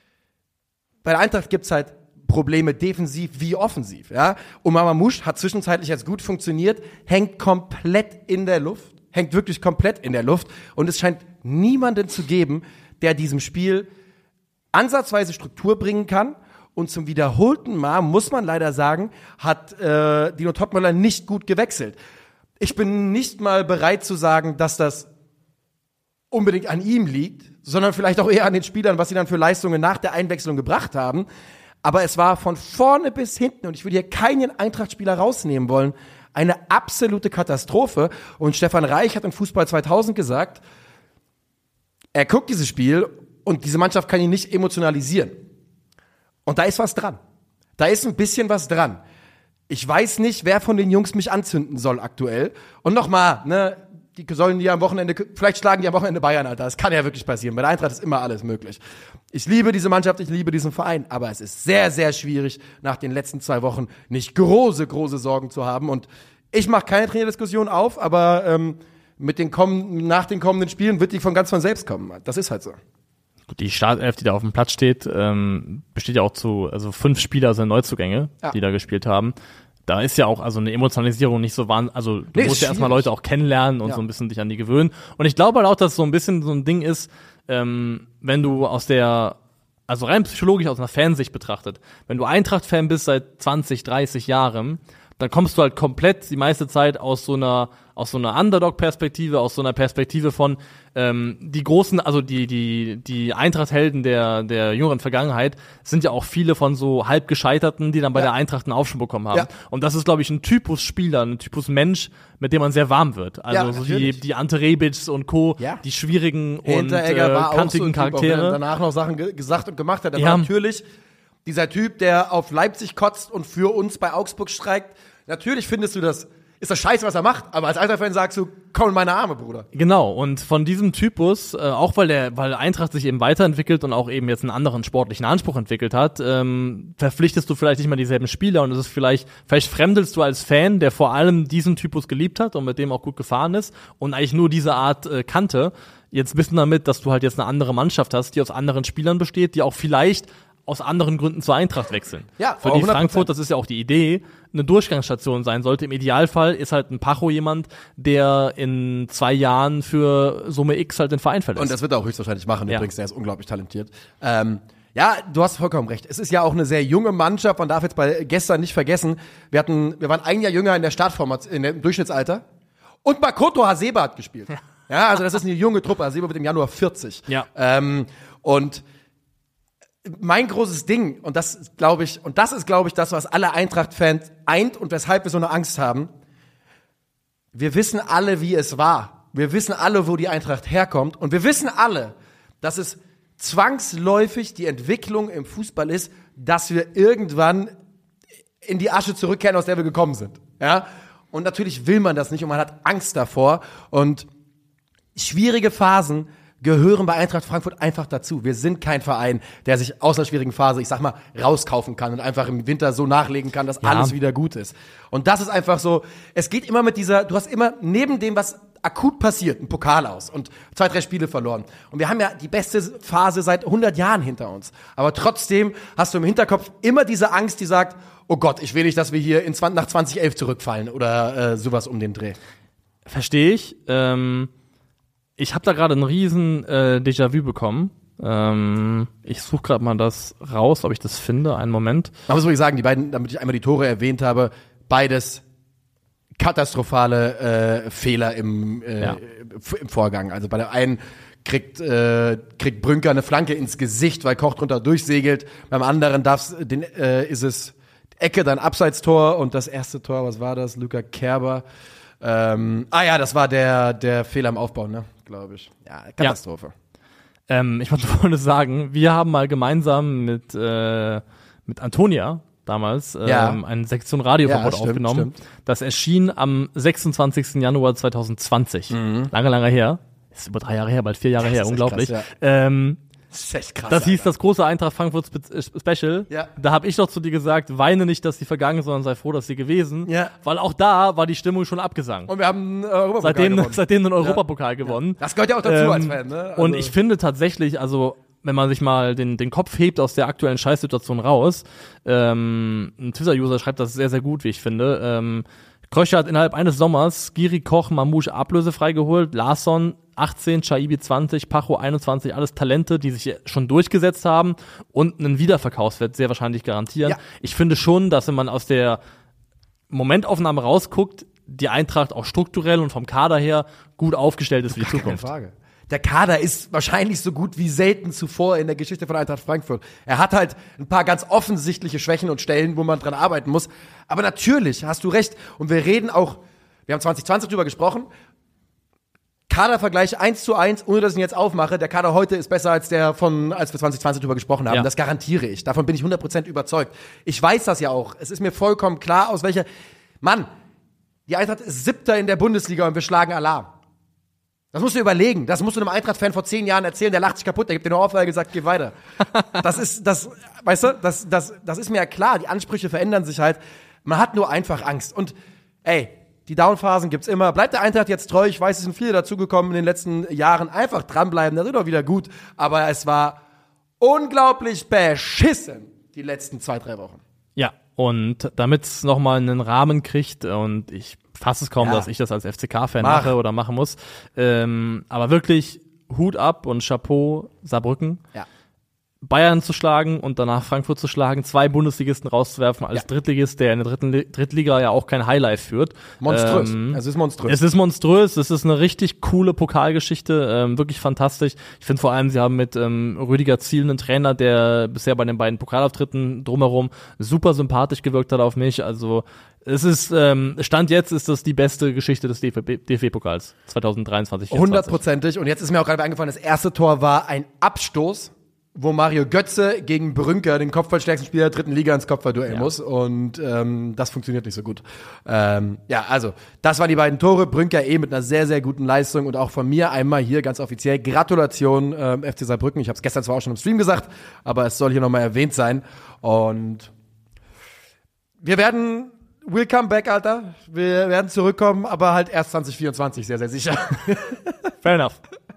bei der Eintracht gibt's halt Probleme defensiv wie offensiv. Ja? Und Mamamouche hat zwischenzeitlich jetzt gut funktioniert, hängt komplett in der Luft, hängt wirklich komplett in der Luft. Und es scheint niemanden zu geben, der diesem Spiel ansatzweise Struktur bringen kann. Und zum wiederholten Mal, muss man leider sagen, hat äh, Dino Topmöller nicht gut gewechselt. Ich bin nicht mal bereit zu sagen, dass das unbedingt an ihm liegt, sondern vielleicht auch eher an den Spielern, was sie dann für Leistungen nach der Einwechslung gebracht haben. Aber es war von vorne bis hinten, und ich würde hier keinen Eintracht-Spieler rausnehmen wollen, eine absolute Katastrophe. Und Stefan Reich hat im Fußball zweitausend gesagt, er guckt dieses Spiel und diese Mannschaft kann ihn nicht emotionalisieren. Und da ist was dran. Da ist ein bisschen was dran. Ich weiß nicht, wer von den Jungs mich anzünden soll aktuell. Und nochmal, ne, die sollen die am Wochenende, vielleicht schlagen die am Wochenende Bayern, Alter. Das kann ja wirklich passieren. Bei der Eintracht ist immer alles möglich. Ich liebe diese Mannschaft, ich liebe diesen Verein. Aber es ist sehr, sehr schwierig, nach den letzten zwei Wochen nicht große, große Sorgen zu haben. Und ich mache keine Trainerdiskussion auf, aber ähm, mit den kommen, nach den kommenden Spielen wird die von ganz von selbst kommen. Das ist halt so. Die Startelf, die da auf dem Platz steht, ähm, besteht ja auch zu, also fünf Spieler sind Neuzugänge, ja. die da gespielt haben. Da ist ja auch also eine Emotionalisierung nicht so wahnsinnig, also du nee, musst ja erstmal Leute auch kennenlernen und ja. so ein bisschen dich an die gewöhnen. Und ich glaube halt auch, dass so ein bisschen so ein Ding ist, ähm, wenn du aus der, also rein psychologisch aus einer Fansicht betrachtet, wenn du Eintracht-Fan bist seit zwanzig, dreißig Jahren, dann kommst du halt komplett die meiste Zeit aus so einer aus so einer Underdog-Perspektive, aus so einer Perspektive von ähm, die großen, also die die die Eintracht-Helden der der jüngeren Vergangenheit sind ja auch viele von so halb gescheiterten, die dann bei Ja. der Eintracht einen Aufschwung bekommen haben. Ja. Und das ist, glaube ich, ein Typus Spieler, ein Typus Mensch, mit dem man sehr warm wird. Also Ja, so die natürlich. die Ante Rebic und Co., Ja. die schwierigen und Hinteregger äh, war auch so kantigen ein Typ, auch wenn Charaktere. er danach noch Sachen ge gesagt und gemacht hat. Er Ja. war natürlich dieser Typ, der auf Leipzig kotzt und für uns bei Augsburg streikt. Natürlich findest du das, ist das scheiße, was er macht, aber als Eintracht-Fan sagst du, komm in meine Arme, Bruder. Genau, und von diesem Typus, äh, auch weil der, weil Eintracht sich eben weiterentwickelt und auch eben jetzt einen anderen sportlichen Anspruch entwickelt hat, ähm, verpflichtest du vielleicht nicht mal dieselben Spieler und es ist vielleicht, vielleicht fremdelst du als Fan, der vor allem diesen Typus geliebt hat und mit dem auch gut gefahren ist und eigentlich nur diese Art äh, kannte, jetzt wissen damit, dass du halt jetzt eine andere Mannschaft hast, die aus anderen Spielern besteht, die auch vielleicht aus anderen Gründen zur Eintracht wechseln. Ja, für die hundert Prozent. Frankfurt, das ist ja auch die Idee, eine Durchgangsstation sein sollte. Im Idealfall ist halt ein Pacho jemand, der in zwei Jahren für Summe X halt den Verein verlässt. Und das wird er auch höchstwahrscheinlich machen, Ja. übrigens, der ist unglaublich talentiert. Ähm, ja, du hast vollkommen recht. Es ist ja auch eine sehr junge Mannschaft, man darf jetzt bei gestern nicht vergessen, wir hatten, wir waren ein Jahr jünger in der Startformation, in dem Durchschnittsalter. Und Makoto Hasebe hat gespielt. Ja. ja, also das ist eine junge Truppe. Hasebe wird im Januar vierzig. Ja. Ähm, und mein großes Ding, und das glaube ich, und das ist, glaube ich, das, was alle Eintracht-Fans eint und weshalb wir so eine Angst haben. Wir wissen alle, wie es war. Wir wissen alle, wo die Eintracht herkommt. Und wir wissen alle, dass es zwangsläufig die Entwicklung im Fußball ist, dass wir irgendwann in die Asche zurückkehren, aus der wir gekommen sind. Ja? Und natürlich will man das nicht und man hat Angst davor. Und schwierige Phasen gehören bei Eintracht Frankfurt einfach dazu. Wir sind kein Verein, der sich aus einer schwierigen Phase, ich sag mal, rauskaufen kann und einfach im Winter so nachlegen kann, dass Ja. alles wieder gut ist. Und das ist einfach so, es geht immer mit dieser, du hast immer neben dem, was akut passiert, ein Pokal aus und zwei, drei Spiele verloren. Und wir haben ja die beste Phase seit hundert Jahren hinter uns. Aber trotzdem hast du im Hinterkopf immer diese Angst, die sagt, oh Gott, ich will nicht, dass wir hier in zwanzig, nach zwanzig elf zurückfallen oder äh, sowas um den Dreh. Verstehe ich. Ähm, ich habe da gerade ein riesen äh, Déjà-vu bekommen. Ähm, ich suche gerade mal das raus, ob ich das finde. Einen Moment. Man muss wirklich sagen, die beiden, damit ich einmal die Tore erwähnt habe, beides katastrophale äh, Fehler im, äh, Ja. im Vorgang. Also bei der einen kriegt, äh, kriegt Brünker eine Flanke ins Gesicht, weil Koch drunter durchsegelt. Beim anderen darf's, den, äh, ist es Ecke, dann Abseitstor und das erste Tor, was war das? Luca Kerber. Ähm, ah ja, das war der, der Fehler im Aufbau, ne? Glaube ich. Ja, Katastrophe. Ähm, ich wollte Folgendes sagen. Wir haben mal gemeinsam mit, äh, mit Antonia damals ähm, Ja. eine Sektion Radioverbot Ja, stimmt, aufgenommen. stimmt. Das erschien am sechsundzwanzigsten Januar zweitausendzwanzig. Lange, lange her. Ist über drei Jahre her, bald vier Jahre her, Mhm. ist echt unglaublich. krass, ähm, Das ist echt krass. Das hieß Alter. das große Eintracht Frankfurt Spe äh, Special. Ja. Da habe ich doch zu dir gesagt, weine nicht, dass sie vergangen ist, sondern sei froh, dass sie gewesen. Ja. Weil auch da war die Stimmung schon abgesangen. Und wir haben äh, Europapokal Seitdem, gewonnen. seitdem den Europapokal gewonnen. Das gehört ja auch dazu Ähm, als Fan, ne? Also, Und ich finde tatsächlich, also wenn man sich mal den, den Kopf hebt aus der aktuellen Scheißsituation raus, ähm, ein Twitter-User schreibt das sehr, sehr gut, wie ich finde. Ähm, Krösche hat innerhalb eines Sommers Giri, Koch, Mamouche ablösefrei geholt, Larsson achtzehn, Chaibi zwanzig, Pacho einundzwanzig, alles Talente, die sich schon durchgesetzt haben und einen Wiederverkaufswert sehr wahrscheinlich garantieren. Ja. Ich finde schon, dass wenn man aus der Momentaufnahme rausguckt, die Eintracht auch strukturell und vom Kader her gut aufgestellt ist für die Keine Zukunft. Frage. Der Kader ist wahrscheinlich so gut wie selten zuvor in der Geschichte von Eintracht Frankfurt. Er hat halt ein paar ganz offensichtliche Schwächen und Stellen, wo man dran arbeiten muss. Aber natürlich, hast du recht. Und wir reden auch, wir haben zwanzig zwanzig drüber gesprochen, Kadervergleich eins zu eins, ohne dass ich ihn jetzt aufmache. Der Kader heute ist besser als der von, als wir zwanzig zwanzig drüber gesprochen haben. Ja. Das garantiere ich. Davon bin ich hundert Prozent überzeugt. Ich weiß das ja auch. Es ist mir vollkommen klar, aus welcher, Mann, die Eintracht ist Siebter in der Bundesliga und wir schlagen Alarm. Das musst du überlegen. Das musst du einem Eintracht-Fan vor zehn Jahren erzählen, der lacht sich kaputt, der gibt dir eine Ohrfeige und sagt, geh weiter. Das ist, das, weißt du, das, das, das ist mir ja klar. Die Ansprüche verändern sich halt. Man hat nur einfach Angst. Und, ey, die Downphasen gibt's immer. Bleibt der Eintracht jetzt treu. Ich weiß, es sind viele dazugekommen in den letzten Jahren. Einfach dranbleiben, das wird doch wieder gut. Aber es war unglaublich beschissen, die letzten zwei, drei Wochen. Ja, und damit es nochmal einen Rahmen kriegt, und ich fasse es kaum, Ja. dass ich das als F C K-Fan Mach. mache oder machen muss, ähm, aber wirklich Hut ab und Chapeau Saarbrücken. Ja. Bayern zu schlagen und danach Frankfurt zu schlagen, zwei Bundesligisten rauszuwerfen als Ja. Drittligist, der in der dritten Li- Drittliga ja auch kein Highlife führt. Monströs. Ähm, Es ist monströs. Es ist monströs, es ist eine richtig coole Pokalgeschichte, ähm, wirklich fantastisch. Ich finde vor allem, sie haben mit ähm, Rüdiger Ziel einen Trainer, der bisher bei den beiden Pokalauftritten drumherum super sympathisch gewirkt hat auf mich. Also es ist, ähm, Stand jetzt ist das die beste Geschichte des D F B-Pokals zwanzig dreiundzwanzig. Hundertprozentig. Und jetzt ist mir auch gerade eingefallen, das erste Tor war ein Abstoß, wo Mario Götze gegen Brünker, den kopfballstärksten Spieler der dritten Liga, ins Kopfballduell Ja. muss. Und ähm, das funktioniert nicht so gut. Ähm, ja, also, das waren die beiden Tore. Brünker eh mit einer sehr, sehr guten Leistung. Und auch von mir einmal hier ganz offiziell Gratulation ähm, F C Saarbrücken. Ich habe es gestern zwar auch schon im Stream gesagt, aber es soll hier nochmal erwähnt sein. Und wir werden we'll come back, Alter. Wir werden zurückkommen, aber halt erst zwanzig vierundzwanzig, sehr, sehr sicher. Fair enough.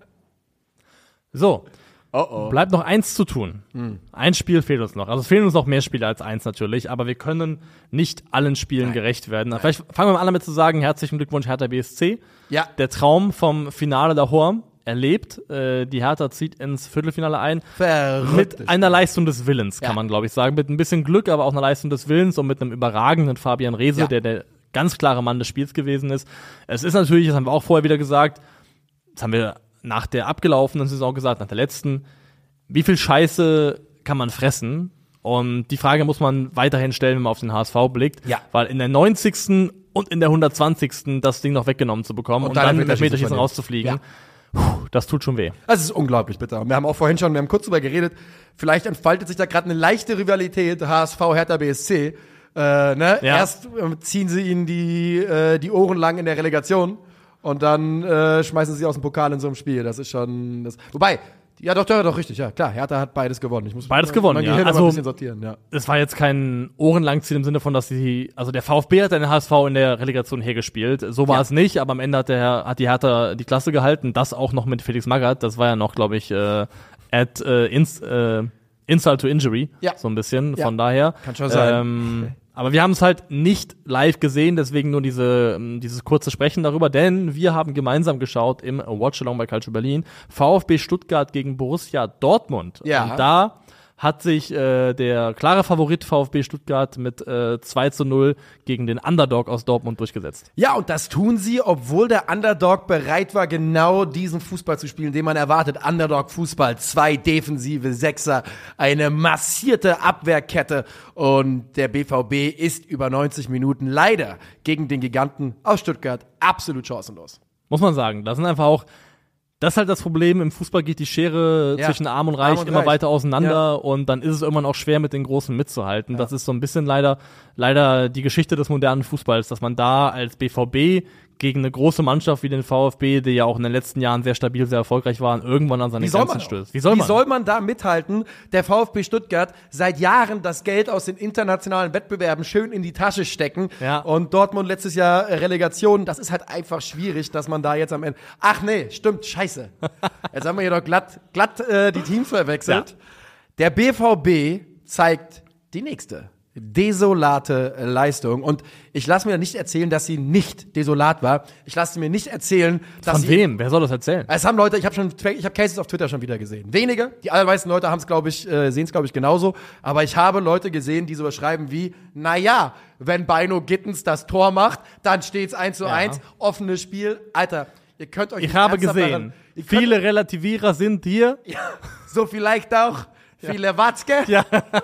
So. Oh oh. Bleibt noch eins zu tun. Hm. Ein Spiel fehlt uns noch. Also es fehlen uns noch mehr Spiele als eins natürlich, aber wir können nicht allen Spielen Nein. gerecht werden. Nein. Vielleicht fangen wir mal an damit zu sagen, herzlichen Glückwunsch Hertha B S C. Ja. Der Traum vom Finale davor erlebt. Äh, die Hertha zieht ins Viertelfinale ein. Verrückt. Mit einer Leistung des Willens, kann Ja. man glaube ich sagen. Mit ein bisschen Glück, aber auch einer Leistung des Willens und mit einem überragenden Fabian Reese, Ja. der der ganz klare Mann des Spiels gewesen ist. Es ist natürlich, das haben wir auch vorher wieder gesagt, das haben wir nach der abgelaufenen Saison gesagt, nach der letzten, wie viel Scheiße kann man fressen? Und die Frage muss man weiterhin stellen, wenn man auf den H S V blickt. Ja. Weil in der neunzigsten und in der hundertzwanzigsten das Ding noch weggenommen zu bekommen und, Und dann dann mit Elfmeterschießen Elfmeterschießen verlieren. rauszufliegen, puh, das tut schon weh. Das ist unglaublich bitter. Und wir haben auch vorhin schon, wir haben kurz drüber geredet, vielleicht entfaltet sich da gerade eine leichte Rivalität H S V, Hertha B S C. Äh, ne? Ja. Erst äh, ziehen sie ihnen die, äh, die Ohren lang in der Relegation und dann äh, schmeißen sie aus dem Pokal in so einem Spiel. Das ist schon, das, wobei, ja doch, doch, doch, richtig, ja, klar, Hertha hat beides gewonnen. Ich muss Beides mein, gewonnen, mein ja. Gehirn Also- aber ein bisschen sortieren, ja. Es war jetzt kein Ohrenlangziel im Sinne von, dass sie, also der VfB hat den H S V in der Relegation hergespielt. So war Ja. es nicht, aber am Ende hat der hat die Hertha die Klasse gehalten. Das auch noch mit Felix Magath. Das war ja noch, glaube ich, äh, at äh, ins, äh, Insult to Injury, Ja. so ein bisschen. Ja. Von daher. Kann schon sein. Ähm, aber wir haben es halt nicht live gesehen, deswegen nur diese ähm, dieses kurze Sprechen darüber, denn wir haben gemeinsam geschaut im Watch-Along bei Culture Berlin VfB Stuttgart gegen Borussia Dortmund. Ja. Und da hat sich äh, der klare Favorit VfB Stuttgart mit äh, zwei zu null gegen den Underdog aus Dortmund durchgesetzt. Ja, und das tun sie, obwohl der Underdog bereit war, genau diesen Fußball zu spielen, den man erwartet. Underdog-Fußball, zwei defensive Sechser, eine massierte Abwehrkette und der B V B ist über neunzig Minuten leider gegen den Giganten aus Stuttgart absolut chancenlos. Muss man sagen. Das sind einfach auch, das ist halt das Problem, im Fußball geht die Schere Ja. zwischen Arm und Reich Arm und immer Reich. weiter auseinander Ja. und dann ist es irgendwann auch schwer, mit den Großen mitzuhalten. Das ist so ein bisschen leider, leider die Geschichte des modernen Fußballs, dass man da als B V B gegen eine große Mannschaft wie den VfB, die ja auch in den letzten Jahren sehr stabil, sehr erfolgreich waren, irgendwann an seine Wie soll Grenzen man stößt. auch? Wie soll man? Wie soll man da mithalten? Der VfB Stuttgart seit Jahren das Geld aus den internationalen Wettbewerben schön in die Tasche stecken. Ja. Und Dortmund letztes Jahr äh, Relegation. Das ist halt einfach schwierig, dass man da jetzt am Ende. Ach nee, stimmt, scheiße. Jetzt haben wir hier doch glatt, glatt äh, die Teams verwechselt. Ja. Der B V B zeigt die nächste desolate Leistung. Und ich lasse mir nicht erzählen, dass sie nicht desolat war. Ich lasse mir nicht erzählen, dass Von sie wem? Wer soll das erzählen? es haben Leute, ich habe schon, ich habe Cases auf Twitter schon wieder gesehen. Wenige, die allermeisten Leute haben es, glaube ich, äh, sehen es, glaube ich, genauso. Aber ich habe Leute gesehen, die so schreiben wie, na ja, wenn Bino Gittens das Tor macht, dann steht's eins zu eins, offenes Spiel. Alter, ihr könnt euch Ich nicht habe ernsthaft gesehen, daran- ihr könnt- viele Relativierer sind hier. ja, so vielleicht auch viele Watzke. Ja.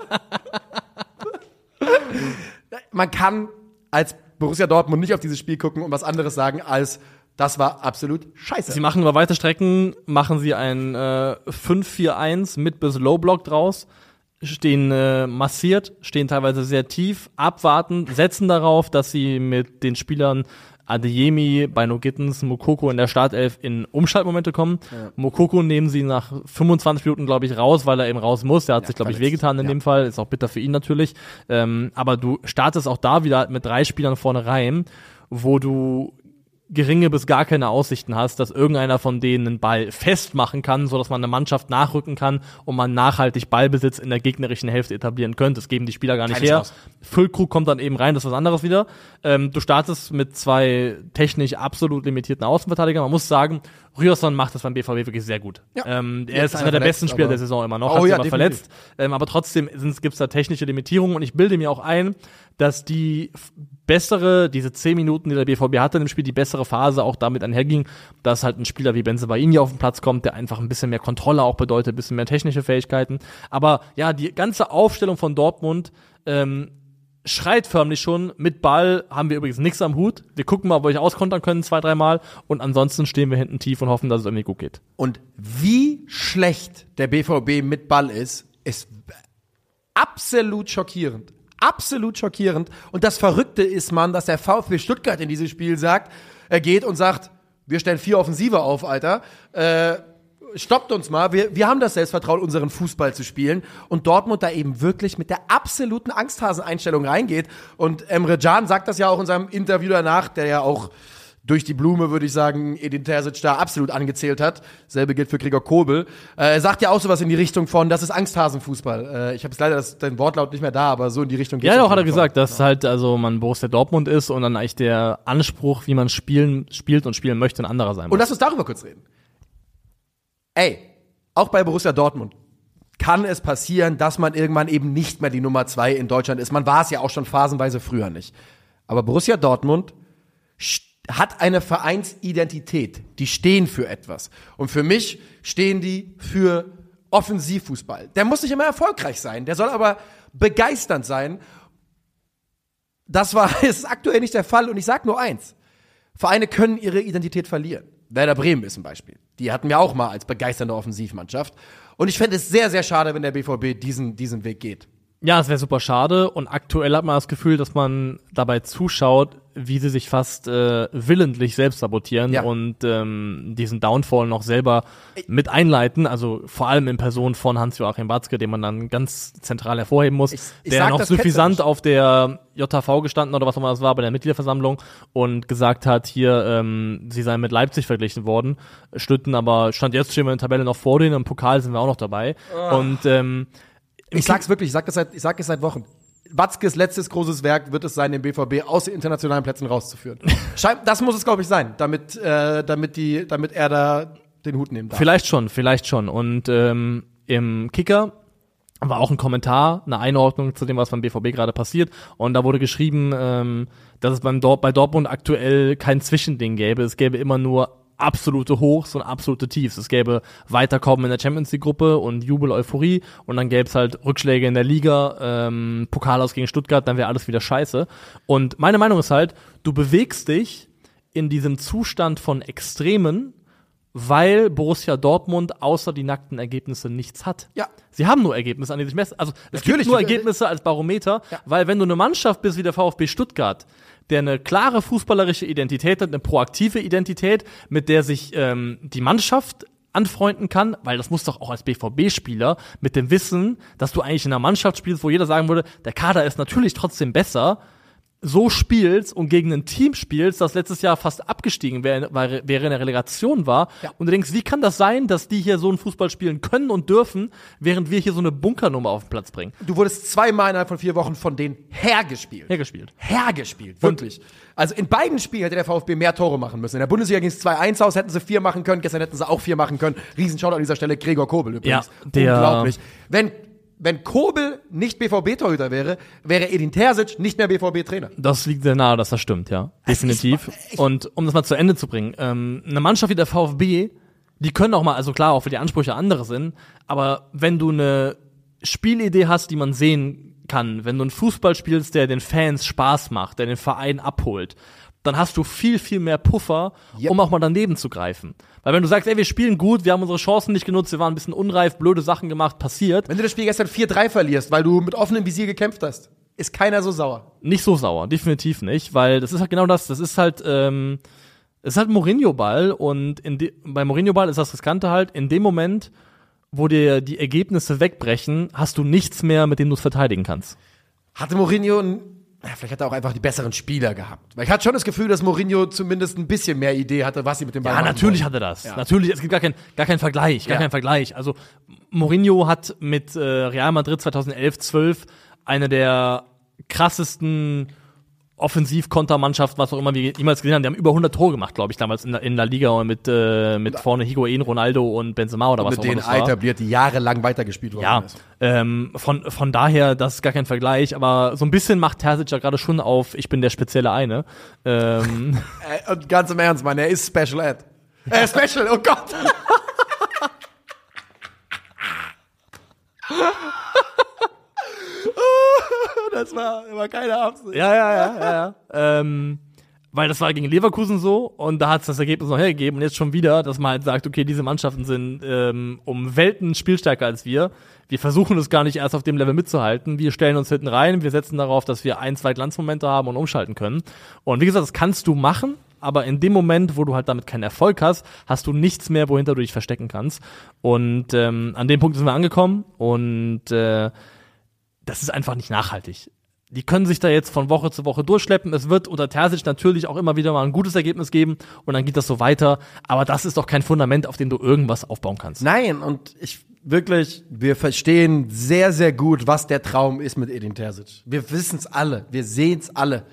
Man kann als Borussia Dortmund nicht auf dieses Spiel gucken und was anderes sagen als das war absolut scheiße. Sie machen über weite Strecken, machen sie ein äh, fünf vier eins mit bis Low Block draus, stehen äh, massiert, stehen teilweise sehr tief, abwarten, setzen darauf, dass sie mit den Spielern Adeyemi, Bino Gittens, Moukoko in der Startelf in Umschaltmomente kommen. Ja. Moukoko nehmen sie nach fünfundzwanzig Minuten, glaube ich, raus, weil er eben raus muss. Der hat Ja, sich, glaube ich, verletzt. wehgetan in Ja. dem Fall. Ist auch bitter für ihn natürlich. Ähm, aber du startest auch da wieder mit drei Spielern vorne rein, wo du geringe bis gar keine Aussichten hast, dass irgendeiner von denen einen Ball festmachen kann, sodass man eine Mannschaft nachrücken kann und man nachhaltig Ballbesitz in der gegnerischen Hälfte etablieren könnte. Das geben die Spieler gar nicht Keine her. Chance. Füllkrug kommt dann eben rein, das ist was anderes wieder. Ähm, du startest mit zwei technisch absolut limitierten Außenverteidigern. Man muss sagen, Ryerson macht das beim B V B wirklich sehr gut. Ja. Ähm, er Jetzt ist ist einer er der verletzt, besten Spieler aber- der Saison immer noch, Oh hat sich ja, aber definitiv. verletzt. Ähm, aber trotzdem gibt es da technische Limitierungen und ich bilde mir auch ein, dass die f- bessere, diese zehn Minuten, die der B V B hatte im Spiel, die bessere Phase auch damit einherging, dass halt ein Spieler wie Bensebaini auf den Platz kommt, der einfach ein bisschen mehr Kontrolle auch bedeutet, ein bisschen mehr technische Fähigkeiten. Aber ja, die ganze Aufstellung von Dortmund ähm, schreit förmlich schon, mit Ball haben wir übrigens nichts am Hut. Wir gucken mal, ob wir euch auskontern können, zwei, dreimal. Und ansonsten stehen wir hinten tief und hoffen, dass es irgendwie gut geht. Und wie schlecht der B V B mit Ball ist, ist absolut schockierend. Absolut schockierend. Und das Verrückte ist, man, dass der VfB Stuttgart in dieses Spiel sagt, er geht und sagt, wir stellen vier Offensive auf, Alter. Äh, stoppt uns mal. Wir, wir haben das Selbstvertrauen, unseren Fußball zu spielen. Und Dortmund da eben wirklich mit der absoluten Angsthasen-Einstellung reingeht. Und Emre Can sagt das ja auch in seinem Interview danach, der ja auch durch die Blume, würde ich sagen, Edin Terzic da absolut angezählt hat. Selbe gilt für Gregor Kobel. Äh, er sagt ja auch sowas in die Richtung von, das ist Angsthasenfußball. Äh, ich habe jetzt leider das, den Wortlaut nicht mehr da, aber so in die Richtung geht's. Ja, auf auch hat er jeden Fall. gesagt, dass halt also man Borussia Dortmund ist und dann eigentlich der Anspruch, wie man spielen, spielt und spielen möchte, ein anderer sein muss. Und lass uns darüber kurz reden. Ey, auch bei Borussia Dortmund kann es passieren, dass man irgendwann eben nicht mehr die Nummer zwei in Deutschland ist. Man war es ja auch schon phasenweise früher nicht. Aber Borussia Dortmund st- hat eine Vereinsidentität. Die stehen für etwas. Und für mich stehen die für Offensivfußball. Der muss nicht immer erfolgreich sein, der soll aber begeisternd sein. Das war ist aktuell nicht der Fall und ich sag nur eins. Vereine können ihre Identität verlieren. Werder Bremen ist ein Beispiel. Die hatten wir auch mal als begeisternde Offensivmannschaft. Und ich fände es sehr, sehr schade, wenn der B V B diesen, diesen Weg geht. Ja, es wäre super schade und aktuell hat man das Gefühl, dass man dabei zuschaut, wie sie sich fast äh, willentlich selbst sabotieren Ja. und ähm, diesen Downfall noch selber mit einleiten, also vor allem in Person von Hans-Joachim Watzke, den man dann ganz zentral hervorheben muss, Ich- ich der sag noch das suffisant ketzerisch. auf der J H V gestanden oder was auch immer das war, bei der Mitgliederversammlung und gesagt hat, hier, ähm, sie seien mit Leipzig verglichen worden, stünden aber, stand jetzt stehen wir in der Tabelle noch vor denen, im Pokal sind wir auch noch dabei und ähm, Ich sag's wirklich, ich sag es seit, ich sag es seit Wochen. Watzkes letztes großes Werk wird es sein, den B V B aus den internationalen Plätzen rauszuführen. Schein- das muss es, glaube ich, sein, damit, äh, damit, die, damit er da den Hut nehmen darf. Vielleicht schon, vielleicht schon. Und ähm, im Kicker war auch ein Kommentar, eine Einordnung zu dem, was beim B V B gerade passiert. Und da wurde geschrieben, ähm, dass es beim Dor- bei Dortmund aktuell kein Zwischending gäbe. Es gäbe immer nur absolute Hochs und absolute Tiefs. Es gäbe Weiterkommen in der Champions League Gruppe und Jubel, Euphorie und dann gäbe es halt Rückschläge in der Liga, ähm, Pokal aus gegen Stuttgart, dann wäre alles wieder scheiße. Und meine Meinung ist halt, du bewegst dich in diesem Zustand von Extremen, weil Borussia Dortmund außer die nackten Ergebnisse nichts hat. Ja. Sie haben nur Ergebnisse, an die sich messen. Also es Natürlich. gibt nur Ergebnisse als Barometer, Ja. weil wenn du eine Mannschaft bist wie der VfB Stuttgart, der eine klare fußballerische Identität hat, eine proaktive Identität, mit der sich ähm, die Mannschaft anfreunden kann, weil das muss doch auch als B V B-Spieler mit dem Wissen, dass du eigentlich in einer Mannschaft spielst, wo jeder sagen würde, der Kader ist natürlich trotzdem besser, so spielst und gegen ein Team spielst, das letztes Jahr fast abgestiegen wäre, wäre wäre in der Relegation war, Ja. und du denkst, wie kann das sein, dass die hier so einen Fußball spielen können und dürfen, während wir hier so eine Bunkernummer auf den Platz bringen? Du wurdest zweimal innerhalb von vier Wochen von denen hergespielt. Hergespielt. Hergespielt, wirklich. Also in beiden Spielen hätte der VfB mehr Tore machen müssen. In der Bundesliga ging es zwei eins aus, hätten sie vier machen können, gestern hätten sie auch vier machen können. Riesenshoutout an dieser Stelle, Gregor Kobel übrigens. Ja, der- Unglaublich. Wenn, wenn Kobel nicht B V B-Torhüter wäre, wäre Edin Terzic nicht mehr B V B-Trainer. Das liegt sehr nahe, dass das stimmt, ja. Definitiv. ist- ich- Und um das mal zu Ende zu bringen, ähm, eine Mannschaft wie der VfB, die können auch mal, also klar, auch für die Ansprüche andere sind, aber wenn du eine Spielidee hast, die man sehen kann, wenn du einen Fußball spielst, der den Fans Spaß macht, der den Verein abholt, dann hast du viel, viel mehr Puffer, Yep. um auch mal daneben zu greifen. Weil wenn du sagst, ey, wir spielen gut, wir haben unsere Chancen nicht genutzt, wir waren ein bisschen unreif, blöde Sachen gemacht, passiert, Wenn du das Spiel gestern vier drei verlierst, weil du mit offenem Visier gekämpft hast, ist keiner so sauer. nicht so sauer, definitiv nicht, weil das ist halt genau das, das ist halt, ähm, es ist halt Mourinho-Ball und in de- bei Mourinho-Ball ist das Riskante halt, in dem Moment, wo dir die Ergebnisse wegbrechen, hast du nichts mehr, mit dem du es verteidigen kannst. Hatte Mourinho ein, ja, vielleicht hat er auch einfach die besseren Spieler gehabt. Weil ich hatte schon das Gefühl, dass Mourinho zumindest ein bisschen mehr Idee hatte, was sie mit dem Ball Ja, machen natürlich wollen. hat er das. Ja. Natürlich, es gibt gar keinen gar kein Vergleich, gar Ja. keinen Vergleich. Also Mourinho hat mit äh, Real Madrid zweitausendelf, zwölf eine der krassesten Offensiv-Kontermannschaft, was auch immer wir jemals gesehen haben. Die haben über hundert Tore gemacht, glaube ich, damals in der, in der Liga mit, äh, mit vorne Higuain, Ronaldo und Benzema oder was auch immer das war. Mit denen etabliert, die jahrelang weitergespielt worden ja, ist. Ähm, von, von daher, das ist gar kein Vergleich, aber so ein bisschen macht Terzic ja gerade schon auf, ich bin der spezielle eine. Ähm. äh, und ganz im Ernst, Mann, er ist Special Ed. Äh, Special, oh Gott! Das war, war keine Absicht. Ja, ja, ja, ja, ja. ähm, weil das war gegen Leverkusen so und da hat es das Ergebnis noch hergegeben und jetzt schon wieder, dass man halt sagt, okay, diese Mannschaften sind ähm, um Welten spielstärker als wir. Wir versuchen es gar nicht erst auf dem Level mitzuhalten. Wir stellen uns hinten rein, wir setzen darauf, dass wir ein, zwei Glanzmomente haben und umschalten können. Und wie gesagt, das kannst du machen, aber in dem Moment, wo du halt damit keinen Erfolg hast, hast du nichts mehr, wohinter du dich verstecken kannst. Und ähm, an dem Punkt sind wir angekommen und äh, das ist einfach nicht nachhaltig. Die können sich da jetzt von Woche zu Woche durchschleppen. Es wird unter Terzic natürlich auch immer wieder mal ein gutes Ergebnis geben und dann geht das so weiter. Aber das ist doch kein Fundament, auf dem du irgendwas aufbauen kannst. Nein, und ich wirklich, wir verstehen sehr, sehr gut, was der Traum ist mit Edin Terzic. Wir wissen es alle, wir sehen es alle.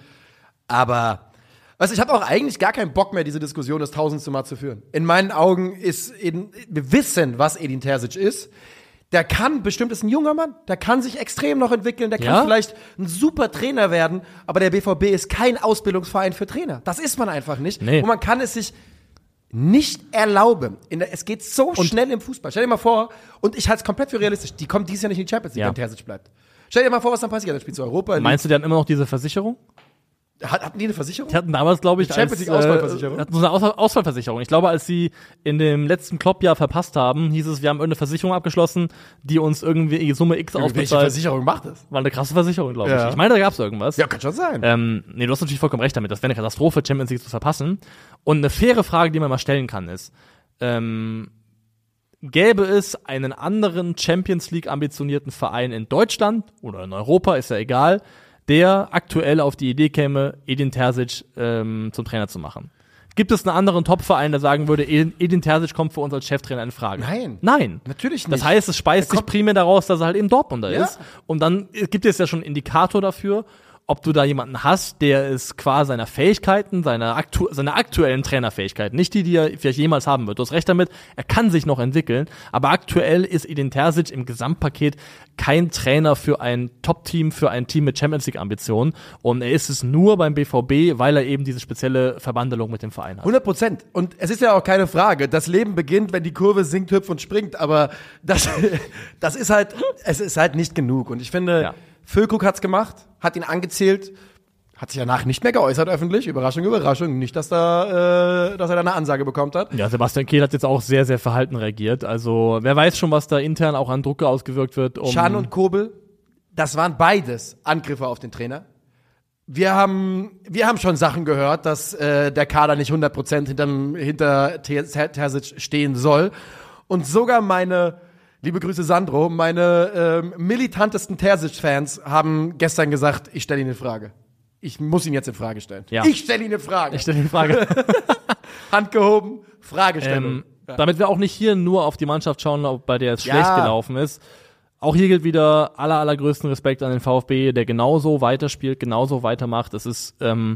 Aber also ich habe auch eigentlich gar keinen Bock mehr, diese Diskussion das tausendste Mal zu führen. In meinen Augen ist Edin, wir wissen, was Edin Terzic ist. Der kann, bestimmt ist ein junger Mann, der kann sich extrem noch entwickeln, der kann ja? vielleicht ein super Trainer werden, aber der B V B ist kein Ausbildungsverein für Trainer. Das ist man einfach nicht. Nee. Und man kann es sich nicht erlauben. In der, es geht so und schnell im Fußball. Stell dir mal vor, und ich halte es komplett für realistisch, die kommen dieses Jahr nicht in die Champions League, ja. wenn Terzic bleibt. Stell dir mal vor, was dann passiert. Dann spielst du Europa. Meinst du, die hatten immer noch diese Versicherung? Hat, hatten die eine Versicherung? Die hatten damals, glaube ich, Die Champions als, League Ausfallversicherung? Äh, hatten so eine Aus- Ausfallversicherung. Ich glaube, als sie in dem letzten Kloppjahr verpasst haben, hieß es, wir haben irgendeine Versicherung abgeschlossen, die uns irgendwie Summe X Welche ausbezahlt. Versicherung macht das? War eine krasse Versicherung, glaube Ja. ich. Ich meine, da gab es irgendwas. Ja, kann schon sein. Ähm, nee, du hast natürlich vollkommen recht damit. Das wäre eine Katastrophe, Champions League zu verpassen. Und eine faire Frage, die man mal stellen kann, ist, ähm, gäbe es einen anderen Champions League ambitionierten Verein in Deutschland oder in Europa, ist ja egal, der aktuell auf die Idee käme, Edin Terzic ähm, zum Trainer zu machen? Gibt es einen anderen Top-Verein, der sagen würde, Edin Terzic kommt für uns als Cheftrainer in Frage? Nein. Nein. Natürlich nicht. Das heißt, es speist sich primär daraus, dass er halt eben Dortmunder Ja. ist. Und dann gibt es ja schon einen Indikator dafür, ob du da jemanden hast, der es qua seiner Fähigkeiten, seiner, aktu- seiner aktuellen Trainerfähigkeiten, nicht die, die er vielleicht jemals haben wird. Du hast recht damit, er kann sich noch entwickeln, aber aktuell ist Edin Terzic im Gesamtpaket kein Trainer für ein Top-Team, für ein Team mit Champions League-Ambitionen und er ist es nur beim B V B, weil er eben diese spezielle Verbandelung mit dem Verein hat. hundert Prozent. Und es ist ja auch keine Frage. Das Leben beginnt, wenn die Kurve sinkt, hüpft und springt. Aber das, das ist halt, es ist halt nicht genug. Und ich finde, Ja. Füllkrug hat's gemacht, hat ihn angezählt, hat sich danach nicht mehr geäußert öffentlich. Überraschung, Überraschung. Nicht, dass da, äh, dass er da eine Ansage bekommen hat. Ja, Sebastian Kehl hat jetzt auch sehr, sehr verhalten reagiert. Also wer weiß schon, was da intern auch an Druck ausgewirkt wird. Um Can und Kobel, das waren beides Angriffe auf den Trainer. Wir haben, wir haben schon Sachen gehört, dass äh, der Kader nicht hundert Prozent hinterm, hinter Ter- Terzic stehen soll. Und sogar meine, liebe Grüße Sandro, meine ähm, militantesten Terzic-Fans haben gestern gesagt, ich stelle ihn in Frage. Ich muss ihn jetzt in Frage stellen. Ja. Ich stelle ihn in Frage. Ich stelle die Frage. Hand gehoben, Fragestellung. ähm, Damit wir auch nicht hier nur auf die Mannschaft schauen, ob bei der es Ja. schlecht gelaufen ist. Auch hier gilt wieder aller, allergrößten Respekt an den VfB, der genauso weiterspielt, genauso weitermacht. Es ist ähm,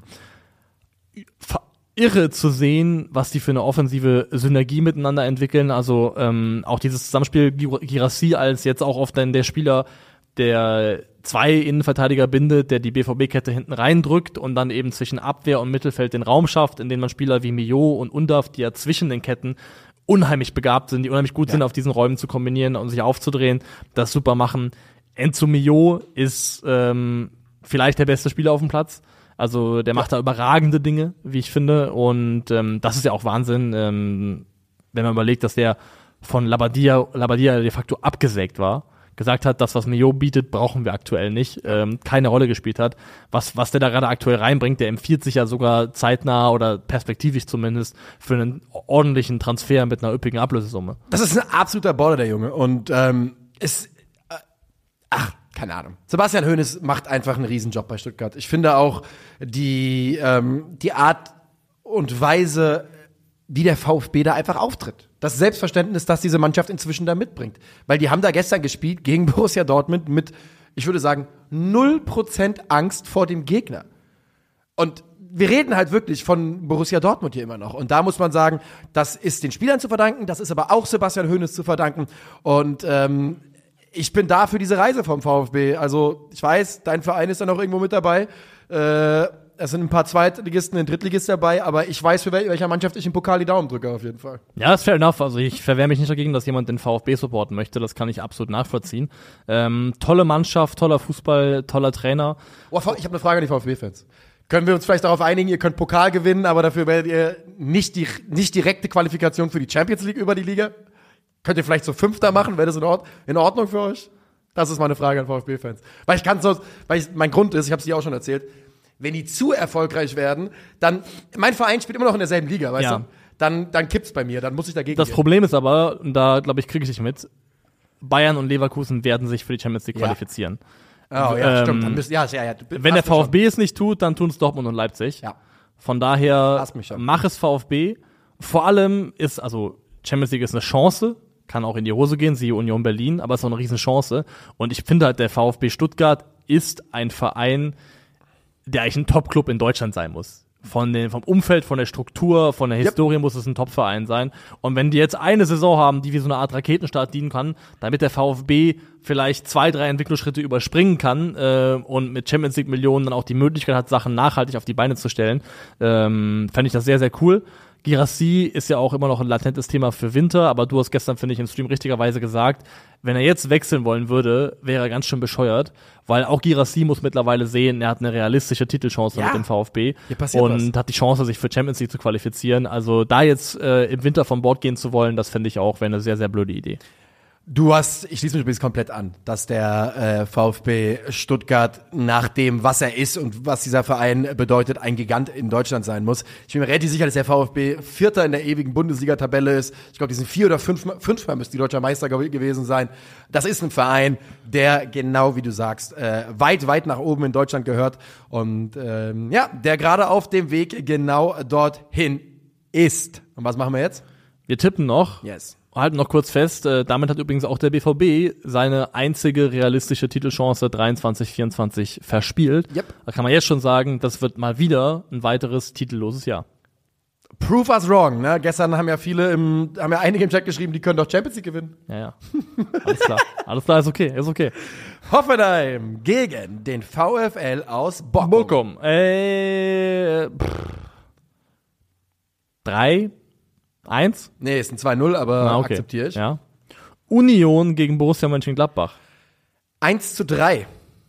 fa- irre zu sehen, was die für eine offensive Synergie miteinander entwickeln. Also ähm, auch dieses Zusammenspiel Girassi als jetzt auch oft dann der Spieler, der zwei Innenverteidiger bindet, der die B V B-Kette hinten reindrückt und dann eben zwischen Abwehr und Mittelfeld den Raum schafft, in dem man Spieler wie Mio und Undav, die ja zwischen den Ketten unheimlich begabt sind, die unheimlich gut Ja. sind, auf diesen Räumen zu kombinieren und sich aufzudrehen, das super machen. Enzo Mio ist ähm, vielleicht der beste Spieler auf dem Platz. Also der macht da überragende Dinge, wie ich finde. Und ähm, das ist ja auch Wahnsinn, ähm, wenn man überlegt, dass der von Labadia, Labadia de facto abgesägt war, gesagt hat, das, was Mio bietet, brauchen wir aktuell nicht, ähm, keine Rolle gespielt hat. Was, was der da gerade aktuell reinbringt, der empfiehlt sich ja sogar zeitnah oder perspektivisch zumindest für einen ordentlichen Transfer mit einer üppigen Ablösesumme. Das ist ein absoluter Baller, der Junge. Und ähm, ist, äh, ach, keine Ahnung. Sebastian Hoeneß macht einfach einen Riesenjob bei Stuttgart. Ich finde auch die, ähm, die Art und Weise, wie der VfB da einfach auftritt. Das Selbstverständnis, das diese Mannschaft inzwischen da mitbringt. Weil die haben da gestern gespielt gegen Borussia Dortmund mit, ich würde sagen, null Prozent Angst vor dem Gegner. Und wir reden halt wirklich von Borussia Dortmund hier immer noch. Und da muss man sagen, das ist den Spielern zu verdanken, das ist aber auch Sebastian Hoeneß zu verdanken. Und ähm, ich bin da für diese Reise vom VfB. Also ich weiß, dein Verein ist da noch irgendwo mit dabei. Äh, es sind ein paar Zweitligisten, ein Drittligist dabei, aber ich weiß, für wel- welcher Mannschaft ich im Pokal die Daumen drücke, auf jeden Fall. Ja, ist fair enough. Also ich verwehre mich nicht dagegen, dass jemand den VfB supporten möchte. Das kann ich absolut nachvollziehen. Ähm, tolle Mannschaft, toller Fußball, toller Trainer. Oh, ich habe eine Frage an die VfB-Fans. Können wir uns vielleicht darauf einigen, ihr könnt Pokal gewinnen, aber dafür werdet ihr nicht die nicht direkte Qualifikation für die Champions League über die Liga? Könnt ihr vielleicht so Fünfter machen? Wäre das in, Ord- in Ordnung für euch? Das ist meine Frage an VfB-Fans. Weil ich kann sonst, weil ich, mein Grund ist, ich habe es dir auch schon erzählt, wenn die zu erfolgreich werden, dann, mein Verein spielt immer noch in derselben Liga, weißt Ja. du? Dann, dann kippt's bei mir, dann muss ich dagegen Das gehen. Problem ist aber, und da glaube ich, kriege ich dich mit, Bayern und Leverkusen werden sich für die Champions League Ja. qualifizieren. Oh, ja, ähm, stimmt. Dann müssen, ja, ja, ja, du- Wenn der hast du schon. VfB es nicht tut, dann tun es Dortmund und Leipzig. Ja. Von daher, Hast mich schon. mach es VfB. Vor allem ist, also Champions League ist eine Chance, kann auch in die Hose gehen, siehe Union Berlin, aber es ist auch eine Riesenchance. Und ich finde halt, der VfB Stuttgart ist ein Verein, der eigentlich ein Top-Club in Deutschland sein muss. Von den, vom Umfeld, von der Struktur, von der Yep. Historie muss es ein Top-Verein sein. Und wenn die jetzt eine Saison haben, die wie so eine Art Raketenstart dienen kann, damit der VfB vielleicht zwei, drei Entwicklungsschritte überspringen kann äh, und mit Champions League Millionen dann auch die Möglichkeit hat, Sachen nachhaltig auf die Beine zu stellen, ähm, fände ich das sehr, sehr cool. Guirassy ist ja auch immer noch ein latentes Thema für Winter, aber du hast gestern, finde ich, im Stream richtigerweise gesagt, wenn er jetzt wechseln wollen würde, wäre er ganz schön bescheuert, weil auch Guirassy muss mittlerweile sehen, er hat eine realistische Titelchance Ja. mit dem VfB Hier passiert und was. hat die Chance, sich für Champions League zu qualifizieren. Also da jetzt äh, im Winter von Bord gehen zu wollen, das finde ich auch, wäre eine sehr, sehr blöde Idee. Du hast, ich schließe mich übrigens komplett an, dass der äh, VfB Stuttgart nach dem, was er ist und was dieser Verein bedeutet, ein Gigant in Deutschland sein muss. Ich bin mir relativ sicher, dass der VfB Vierter in der ewigen Bundesliga-Tabelle ist. Ich glaube, die sind vier oder fünf, fünfmal müsste die deutscher Meister ge- gewesen sein. Das ist ein Verein, der genau wie du sagst, äh, weit, weit nach oben in Deutschland gehört und ähm, ja, der gerade auf dem Weg genau dorthin ist. Und was machen wir jetzt? Wir tippen noch. Yes. Halten noch kurz fest, äh, damit hat übrigens auch der B V B seine einzige realistische Titelchance dreiundzwanzig vierundzwanzig verspielt. Yep. Da kann man jetzt schon sagen, das wird mal wieder ein weiteres titelloses Jahr. Prove us wrong, ne? Gestern haben ja viele im, haben ja einige im Chat geschrieben, die können doch Champions League gewinnen. Ja, ja. Alles klar. Alles klar, ist okay, ist okay. Hoffenheim gegen den VfL aus Bochum. Bochum. Äh, pff. Drei, eins. Nee, ist ein zwei null, aber Ah, okay. akzeptiere ich. Ja. Union gegen Borussia Mönchengladbach. eins zu drei.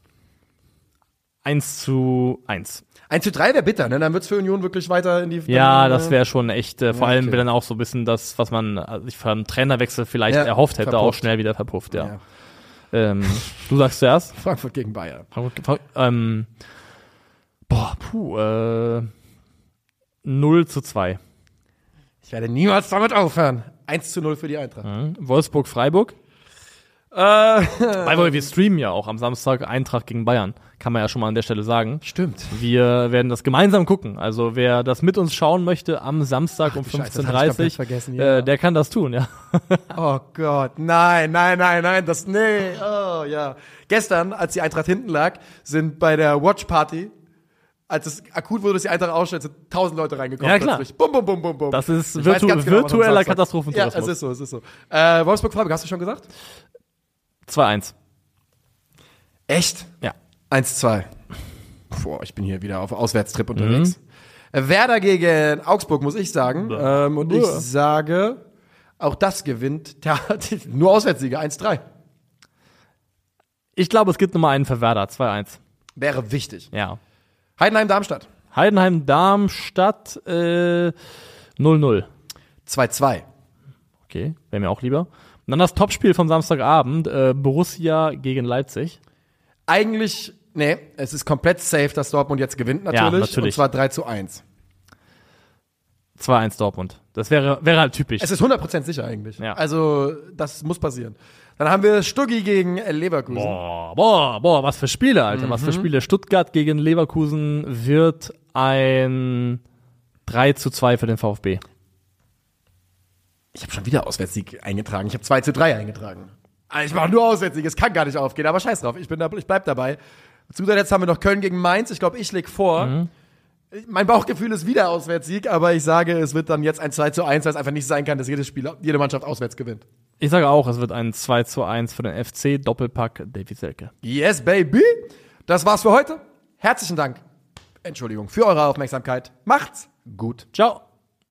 Eins zu eins. eins zu drei wäre bitter, ne? Dann wird's für Union wirklich weiter in die... Ja, dann, das äh, wäre schon echt, äh, vor Ja, allem okay. wäre dann auch so ein bisschen das, was man äh, sich vom Trainerwechsel vielleicht Ja, erhofft hätte, verpufft. auch schnell wieder verpufft, ja. Ja. Ähm, du sagst zuerst? Frankfurt gegen Bayern. Ähm, boah, puh, äh, null zu zwei. Ich werde niemals damit aufhören. eins zu null für die Eintracht. Mhm. Wolfsburg-Freiburg. Äh, Weil wir streamen ja auch am Samstag Eintracht gegen Bayern. Kann man ja schon mal an der Stelle sagen. Stimmt. Wir werden das gemeinsam gucken. Also wer das mit uns schauen möchte am Samstag Ach, um du Scheiße, das fünfzehn Uhr hab ich komplett dreißig, vergessen, ja. äh, der kann das tun, ja. Oh Gott, nein, nein, nein, nein, das, nee, oh ja. Gestern, als die Eintracht hinten lag, sind bei der Watch-Party, als es akut wurde, dass die Eintracht ausstellt, sind tausend Leute reingekommen. Ja, klar. Plötzlich. Bum, bum, bum, bum, bum. Das ist Ich weiß virtu ganz genau, was am virtueller Samstag- Katastrophentourismus. Ja, es ist so, es ist so. Äh, Wolfsburg-Freiburg, hast du schon gesagt? zwei eins. Echt? Ja. eins zwei. Boah, ich bin hier wieder auf Auswärtstrip unterwegs. Äh, Werder gegen Augsburg, muss ich sagen. Ja. Ähm, und ich Ja. sage, auch das gewinnt der, nur Auswärtssieger, eins drei. Ich glaube, es gibt nochmal einen für Werder, zwei eins. Wäre wichtig. Ja. Heidenheim-Darmstadt, Heidenheim-Darmstadt äh, null null. zwei zwei. Okay, wäre mir auch lieber. Und dann das Topspiel vom Samstagabend, äh, Borussia gegen Leipzig. Eigentlich, nee, es ist komplett safe, dass Dortmund jetzt gewinnt, natürlich. Ja, natürlich. Und zwar drei zu eins. zwei eins Dortmund. Das wäre, wäre halt typisch. Es ist hundert Prozent sicher eigentlich. Ja. Also, das muss passieren. Dann haben wir Stuggi gegen Leverkusen. Boah, boah, boah, was für Spiele, Alter. Was für Spiele. Stuttgart gegen Leverkusen wird ein drei zu zwei für den VfB. Ich habe schon wieder Auswärtssieg eingetragen. Ich habe zwei zu drei eingetragen. Also ich mache nur Auswärtssieg. Es kann gar nicht aufgehen, aber scheiß drauf. Ich, bin da, ich bleib dabei. Zuletzt haben wir noch Köln gegen Mainz. Ich glaube, ich leg vor. Mein Bauchgefühl ist wieder Auswärtssieg, aber ich sage, es wird dann jetzt ein zwei zu eins, weil es einfach nicht sein kann, dass jedes Spiel, jede Mannschaft auswärts gewinnt. Ich sage auch, es wird ein zwei zu eins für den F C, Doppelpack Davy Selke. Yes, baby! Das war's für heute. Herzlichen Dank, Entschuldigung, für eure Aufmerksamkeit. Macht's gut. Ciao.